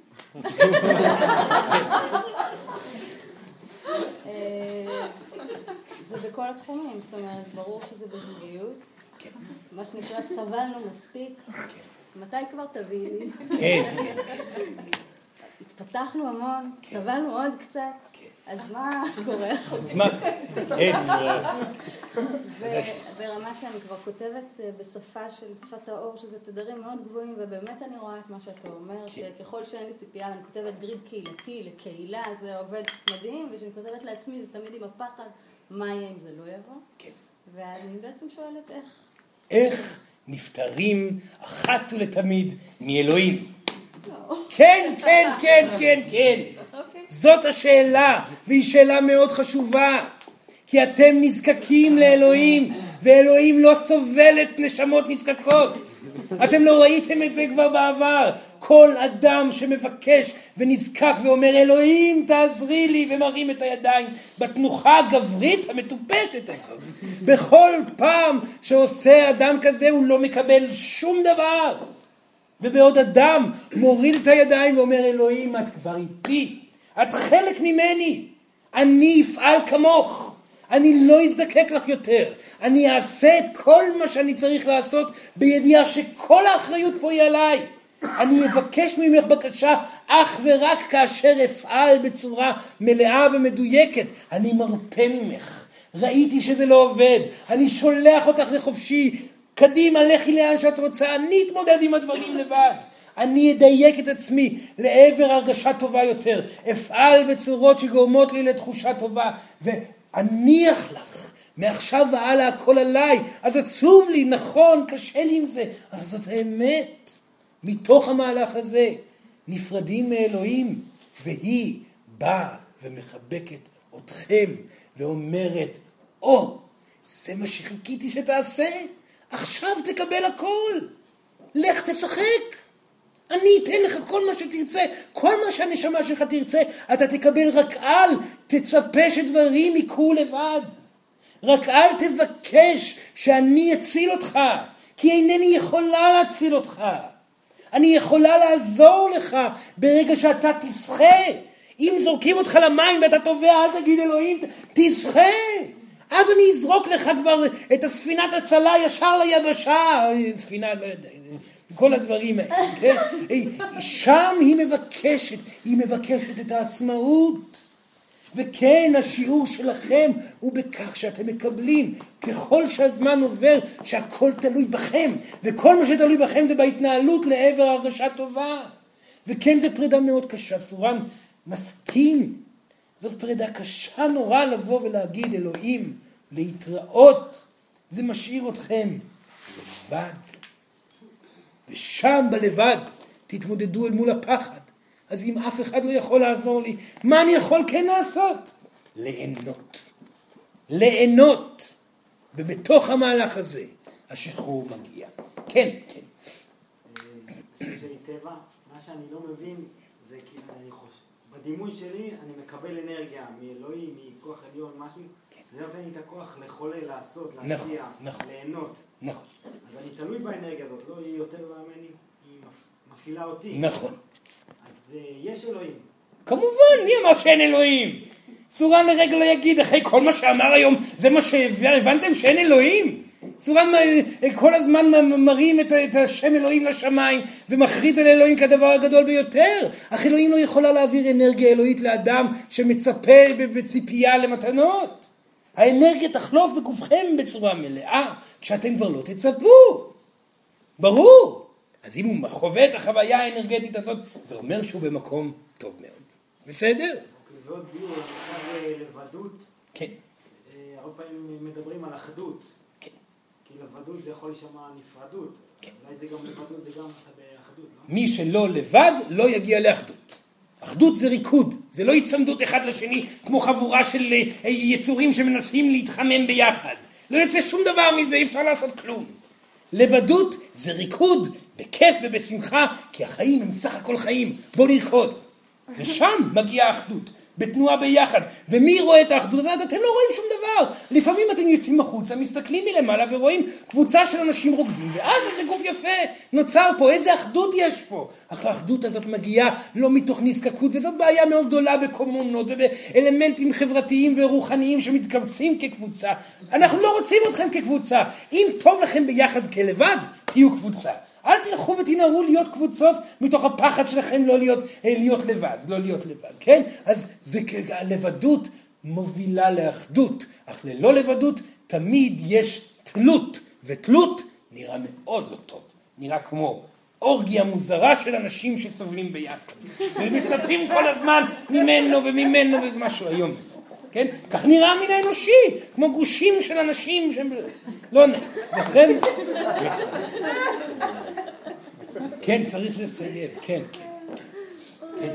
זה בכל התחומים, זאת אומרת, ברור שזה בזוגיות. כן. מה שנקרא, סבלנו מספיק. כן. מתי כבר תביא לי? כן, כן. התפתחנו המון, סבלנו עוד קצת. אז מה קורה? אז מה? אין. ברמה שאני כבר כותבת בשפה של שפת האור, שזה תדרים מאוד גבוהים, ובאמת אני רואה את מה שאתה אומר, שככל שאין לי ציפייה, אני כותבת גריד קהילתי לקהילה, זה עובד מדהים, וכשאני כותבת לעצמי, זה תמיד עם הפחד, מה יהיה אם זה לא יבוא? ואני בעצם שואלת איך. איך נפטרים אחת ולתמיד מאלוהים? כן, כן, כן, כן, כן. זאת השאלה, והיא שאלה מאוד חשובה. כי אתם נזקקים לאלוהים, ואלוהים לא סובלת נשמות נזקקות. אתם לא ראיתם את זה כבר בעבר. כל אדם שמבקש ונזקק ואומר, אלוהים תעזרי לי, ומרים את הידיים בתנוחה הגברית המטופשת הזאת. בכל פעם שעושה אדם כזה הוא לא מקבל שום דבר. ובעוד אדם מוריד את הידיים ואומר, אלוהים, את כבר איתי, את חלק ממני, אני אפעל כמוך, אני לא אזדקק לך יותר, אני אעשה את כל מה שאני צריך לעשות בידיעה שכל האחריות פה היא עליי. אני אבקש ממך בקשה אך ורק כאשר אפעל בצורה מלאה ומדויקת. אני מרפא ממך, ראיתי שזה לא עובד, אני שולח אותך לחופשי, קדימה, לכי לאן שאת רוצה, אני אתמודד עם הדברים לבד. אני אדייק את עצמי לעבר הרגשה טובה יותר. אפעל בצורות שגורמות לי לתחושה טובה, ואניח לך, מעכשיו והלאה הכל עליי. אז עצוב לי, נכון, קשה לי עם זה, אבל זאת האמת. מתוך המהלך הזה נפרדים מאלוהים, והיא באה ומחבקת אתכם, ואומרת, או, זה מה שחיכיתי שתעשה? עכשיו תקבל הכל. לך תשחק. אני אתן לך כל מה שתרצה. כל מה שהנשמה שלך תרצה, אתה תקבל. רק אל תצפה שדברים יקרו לבד. רק אל תבקש שאני אציל אותך. כי אינני יכולה להציל אותך. אני יכולה לעזור לך ברגע שאתה תשחה. אם זורקים אותך למים ואתה טובע, אל תגיד אלוהים, תשחה. אז אני אזרוק לך כבר את הספינת הצלה ישר ליבשה, ספינה, לא יודע, כל הדברים האלה, כן? שם היא מבקשת, היא מבקשת את העצמאות. וכן, השיעור שלכם הוא בכך שאתם מקבלים, ככל שהזמן עובר, שהכל תלוי בכם, וכל מה שתלוי בכם זה בהתנהלות לעבר הרגשה טובה. וכן, זה פרידה מאוד קשה, סורן מסכים. זאת פרידה קשה נורא לבוא ולהגיד, אלוהים, להתראות. זה משאיר אתכם לבד. ושם בלבד תתמודדו אל מול הפחד. אז אם אף אחד לא יכול לעזור לי, מה אני יכול כן לעשות? ליהנות. ליהנות. ובתוך המהלך הזה, השחרור מגיע. כן, כן. שזה טבע, מה שאני לא מבין, זה כי אני חושב, בדימוי שלי אני מקבל אנרגיה מאלוהים, מכוח עליון, משהו, זה נותן לי את הכוח לחולל, לעשות, להציע, ליהנות. נכון. אז אני תלוי באנרגיה הזאת, לא היא יותר ממני, היא מפעילה אותי. נכון. אז יש אלוהים. כמובן, מי אמר שאין אלוהים? סורן לרגע לא יגיד, אחרי כל מה שאמר היום, זה מה שהבנתם שאין אלוהים? סורן כל הזמן מרים את, את השם אלוהים לשמיים, ומכריז על אלוהים כדבר הגדול ביותר. אך אלוהים לא יכולה להעביר אנרגיה אלוהית לאדם שמצפה בציפייה למתנות. האנרגיה תחלוף בגופכם בצורה מלאה, כשאתם כבר לא תצפו. ברור. אז אם הוא חווה את החוויה האנרגטית הזאת, זה אומר שהוא במקום טוב מאוד. בסדר? ועוד ביור, למשל לבדות. כן. הרבה פעמים מדברים על אחדות. כן. כי לבדות זה יכול להישמע נפרדות. כן. אולי זה גם לבדות, זה גם באחדות, לא? מי שלא לבד לא יגיע לאחדות. אחדות זה ריקוד, זה לא הצמדות אחד לשני כמו חבורה של יצורים שמנסים להתחמם ביחד. לא יוצא שום דבר מזה, אי אפשר לעשות כלום. לבדות זה ריקוד בכיף ובשמחה, כי החיים הם סך הכל חיים. בוא נרקוד. ושם מגיעה האחדות, בתנועה ביחד. ומי רואה את האחדות הזאת? אתם לא רואים שום דבר. לפעמים אתם יוצאים החוצה, מסתכלים מלמעלה ורואים קבוצה של אנשים רוקדים, ואז איזה גוף יפה נוצר פה, איזה אחדות יש פה. אך האחדות הזאת מגיעה לא מתוך נזקקות, וזאת בעיה מאוד גדולה בקומונות ובאלמנטים חברתיים ורוחניים שמתכווצים כקבוצה. אנחנו לא רוצים אתכם כקבוצה. אם טוב לכם ביחד כלבד, תהיו קבוצה. אל תלכו ותנערו להיות קבוצות מתוך הפחד שלכם לא להיות, להיות לבד, לא להיות לבד, כן? אז זה, הלבדות מובילה לאחדות, אך ללא לבדות תמיד יש תלות, ותלות נראה מאוד לא טוב, נראה כמו אורגיה מוזרה של אנשים שסובלים ביחד, ומצפים כל הזמן ממנו וממנו ומשהו היום. כן? כך נראה מן האנושי, כמו גושים של אנשים שהם לא נראה. לכן, כן, צריך לסיים, כן, כן, כן.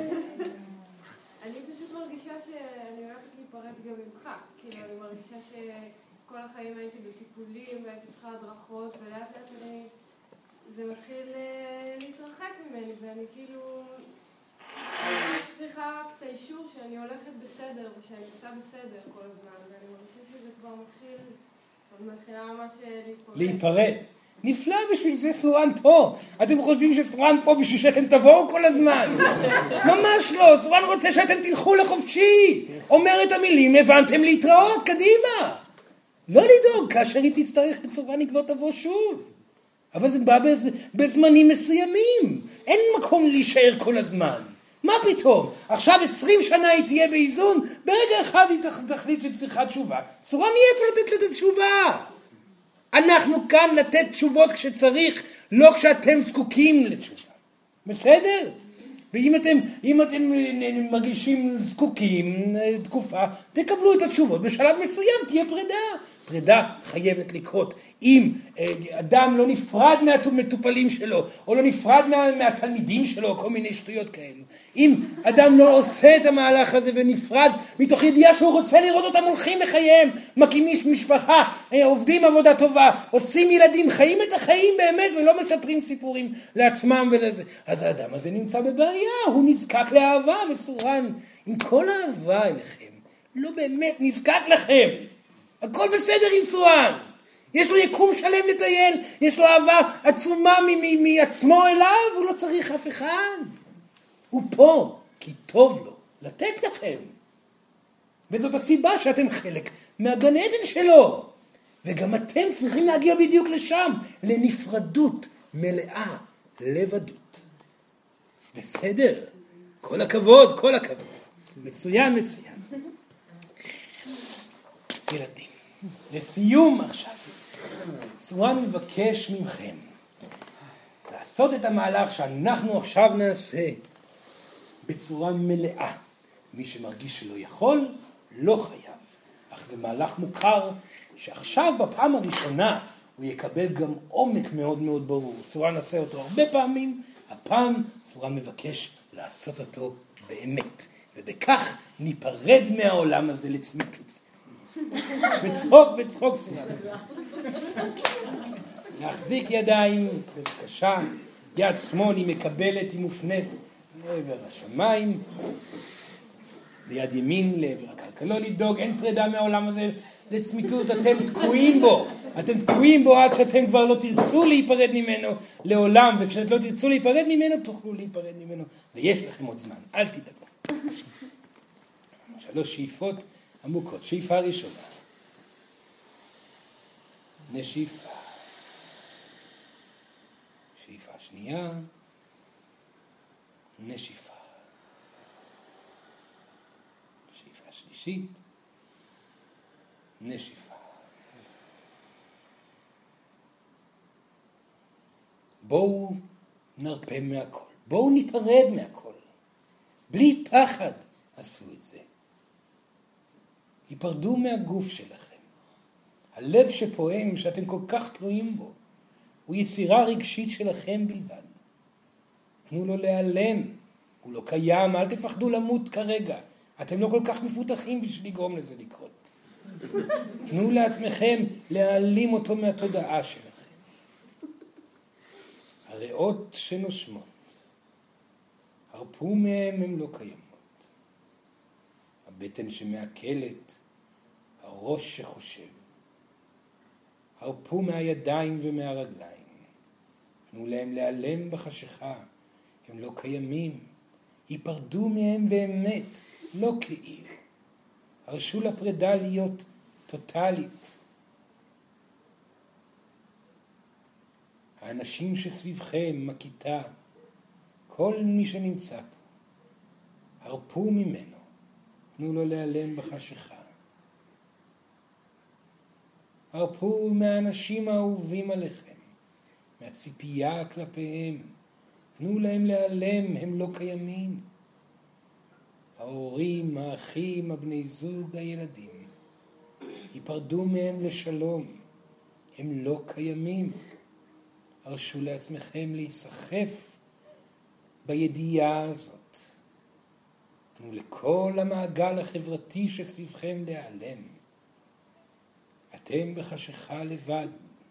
אני פשוט מרגישה שאני הולכת להיפרד גם ממך. כאילו, אני מרגישה שכל החיים הייתי בטיפולים והייתי צריכה הדרכות, ולאט לאט אני... זה מתחיל להתרחק ממני, ואני כאילו... אני ממש צריכה רק את האישור שאני הולכת בסדר, ושאני עושה בסדר כל הזמן, ואני מרגישה שזה כבר מתחיל... אז מתחילה ממש להיפרד. להיפרד. נפלא, בשביל זה סורן פה. אתם חושבים שסורן פה בשביל שאתם תבואו כל הזמן? ממש לא, סורן רוצה שאתם תלכו לחופשי. אומר את המילים, הבנתם להתראות, קדימה. לא לדאוג, כאשר היא תצטרך את סורן היא כבר תבוא שוב. אבל זה בא בזמנים מסוימים. אין מקום להישאר כל הזמן. מה פתאום? עכשיו עשרים שנה היא תהיה באיזון, ברגע אחד היא תחליט שצריכה תשובה. סורן יהיה פה לתת לתת תשובה. אנחנו כאן לתת תשובות כשצריך, לא כשאתם זקוקים לתשובה. בסדר? ואם אתם, אם אתם מרגישים זקוקים תקופה, תקבלו את התשובות. בשלב מסוים תהיה פרידה. פרידה חייבת לקרות. אם אדם לא נפרד מהמטופלים שלו, או לא נפרד מה, מהתלמידים שלו, או כל מיני שטויות כאלו. אם אדם לא עושה את המהלך הזה ונפרד, מתוך ידיעה שהוא רוצה לראות אותם הולכים לחייהם, מקימים משפחה, עובדים עבודה טובה, עושים ילדים, חיים את החיים באמת, ולא מספרים סיפורים לעצמם ולזה. אז האדם הזה נמצא בבעיה, הוא נזקק לאהבה, וסורן, עם כל האהבה אליכם, לא באמת נזקק לכם. הכל בסדר עם סורן. יש לו יקום שלם לטייל, יש לו אהבה עצומה מעצמו אליו, הוא לא צריך אף אחד. הוא פה, כי טוב לו, לתת לכם. וזאת הסיבה שאתם חלק מהגן עדן שלו. וגם אתם צריכים להגיע בדיוק לשם, לנפרדות מלאה, לבדות. בסדר? כל הכבוד, כל הכבוד. מצוין, מצוין. ילדים, לסיום עכשיו, סורן מבקש ממכם לעשות את המהלך שאנחנו עכשיו נעשה בצורה מלאה. מי שמרגיש שלא יכול, לא חייב. אך זה מהלך מוכר שעכשיו בפעם הראשונה הוא יקבל גם עומק מאוד מאוד ברור. סורן נעשה אותו הרבה פעמים, הפעם סורן מבקש לעשות אותו באמת. ובכך ניפרד מהעולם הזה לצמיתות. בצחוק, בצחוק סורן. להחזיק ידיים, בבקשה. יד שמאל היא מקבלת, היא מופנית לעבר השמיים. ויד ימין לעבר הקרקע. לא לדאוג, אין פרידה מהעולם הזה לצמיתות, אתם תקועים בו. אתם תקועים בו עד שאתם כבר לא תרצו להיפרד ממנו לעולם, וכשאתם לא תרצו להיפרד ממנו, תוכלו להיפרד ממנו. ויש לכם עוד זמן, אל תדאגו. שלוש שאיפות עמוקות. שאיפה ראשונה. נשיפה. שאיפה שנייה. נשיפה. שאיפה שלישית. נשיפה. בואו נרפה מהכל. בואו ניפרד מהכל. בלי פחד עשו את זה. היפרדו מהגוף שלכם. הלב שפועם, שאתם כל כך תלויים בו, הוא יצירה רגשית שלכם בלבד. תנו לו להיעלם. הוא לא קיים, אל תפחדו למות כרגע. אתם לא כל כך מפותחים בשביל לגרום לזה לקרות. תנו לעצמכם להעלים אותו מהתודעה שלכם. הריאות שנושמות, הרפו מהם, הם לא קיימות. הבטן שמעכלת, הראש שחושב. הרפו מהידיים ומהרגליים. תנו להם להיעלם בחשיכה, הם לא קיימים. היפרדו מהם באמת, לא כאילו. הרשו לפרידה להיות טוטלית. האנשים שסביבכם, מכיתה, כל מי שנמצא פה, הרפו ממנו, תנו לו להיעלם בחשיכה. הרפו מהאנשים האהובים עליכם, מהציפייה כלפיהם, תנו להם להיעלם, הם לא קיימים. ההורים, האחים, הבני זוג, הילדים, היפרדו מהם לשלום, הם לא קיימים. הרשו לעצמכם להיסחף בידיעה הזאת. תנו לכל המעגל החברתי שסביבכם להיעלם. אתם בחשיכה לבד.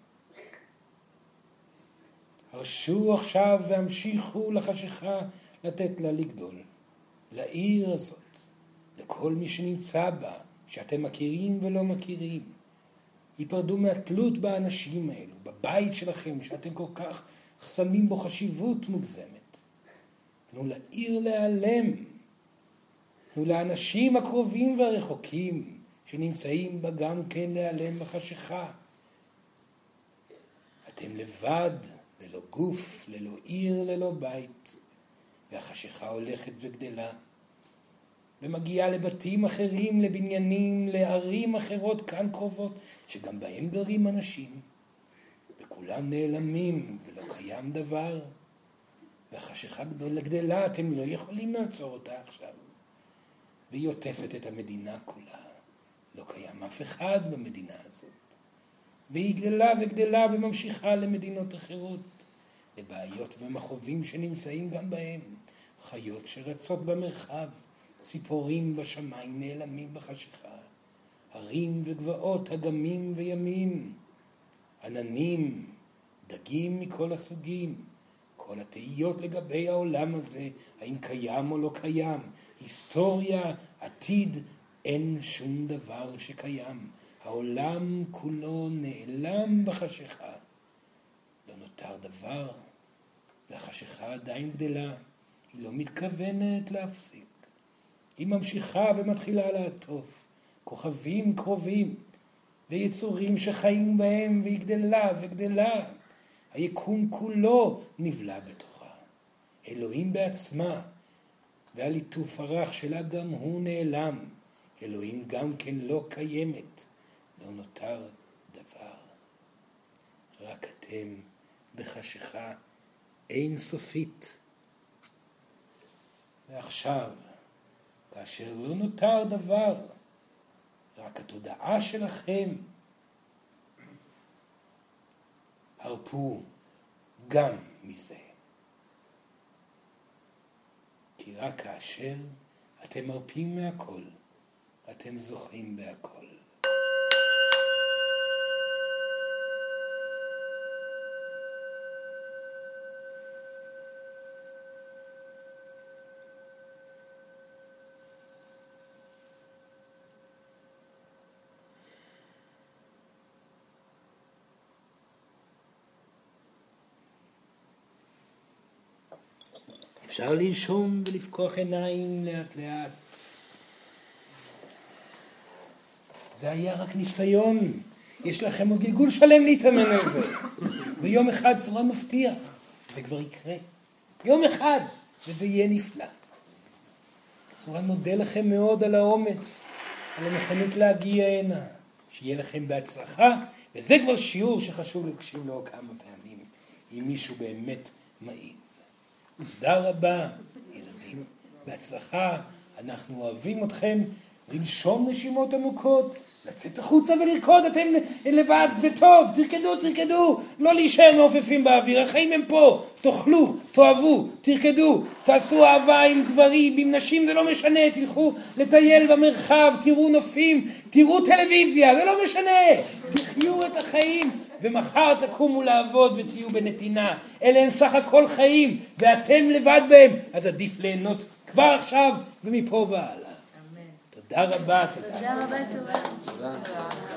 הרשו עכשיו והמשיכו לחשיכה לתת לה לגדול. לעיר הזאת, לכל מי שנמצא בה, שאתם מכירים ולא מכירים. היפרדו מהתלות באנשים האלו, בבית שלכם, שאתם כל כך שמים בו חשיבות מוגזמת. תנו לעיר להיעלם. תנו לאנשים הקרובים והרחוקים, שנמצאים בה גם כן להיעלם בחשיכה. אתם לבד, ללא גוף, ללא עיר, ללא בית. והחשיכה הולכת וגדלה. ומגיעה לבתים אחרים, לבניינים, לערים אחרות כאן קרובות, שגם בהם גרים אנשים. וכולם נעלמים ולא קיים דבר. והחשיכה גדולה גדלה, אתם לא יכולים לעצור אותה עכשיו. והיא עוטפת את המדינה כולה. לא קיים אף אחד במדינה הזאת. והיא גדלה וגדלה וממשיכה למדינות אחרות. לבעיות ומחובים שנמצאים גם בהם. חיות שרצות במרחב. ציפורים בשמיים נעלמים בחשיכה. הרים וגבעות, אגמים וימים. עננים, דגים מכל הסוגים. כל התהיות לגבי העולם הזה, האם קיים או לא קיים. היסטוריה, עתיד, אין שום דבר שקיים. העולם כולו נעלם בחשיכה. לא נותר דבר, והחשיכה עדיין גדלה. היא לא מתכוונת להפסיק. היא ממשיכה ומתחילה לעטוף. כוכבים קרובים, ויצורים שחיים בהם, והיא גדלה וגדלה. היקום כולו נבלע בתוכה. אלוהים בעצמה, והליטוף הרך שלה גם הוא נעלם. אלוהים גם כן לא קיימת. לא נותר דבר. רק אתם בחשיכה אין סופית. ועכשיו, כאשר לא נותר דבר, רק התודעה שלכם, הרפו גם מזה. כי רק כאשר אתם מרפים מהכל, אתם זוכים בהכל. אפשר לנשום ולפקוח עיניים לאט לאט. זה היה רק ניסיון. יש לכם עוד גלגול שלם להתאמן על זה. ויום אחד סורן מבטיח, זה כבר יקרה. יום אחד, וזה יהיה נפלא. סורן מודה לכם מאוד על האומץ, על הנכונות להגיע הנה. שיהיה לכם בהצלחה, וזה כבר שיעור שחשוב להקשיב לו כמה פעמים. אם מישהו באמת מעיז. תודה רבה, ילדים, בהצלחה, אנחנו אוהבים אתכם, לנשום נשימות עמוקות, לצאת החוצה ולרקוד, אתם לבד וטוב, תרקדו, תרקדו, לא להישאר מעופפים באוויר, החיים הם פה, תאכלו, תאהבו, תרקדו, תעשו אהבה עם גברים, עם נשים, זה לא משנה, תלכו לטייל במרחב, תראו נופים, תראו טלוויזיה, זה לא משנה, תחיו את החיים, ומחר תקומו לעבוד ותהיו בנתינה, אלה הם סך הכל חיים, ואתם לבד בהם, אז עדיף ליהנות כבר עכשיו ומפה והלאה. תודה רבה, תודה. תודה רבה, תודה.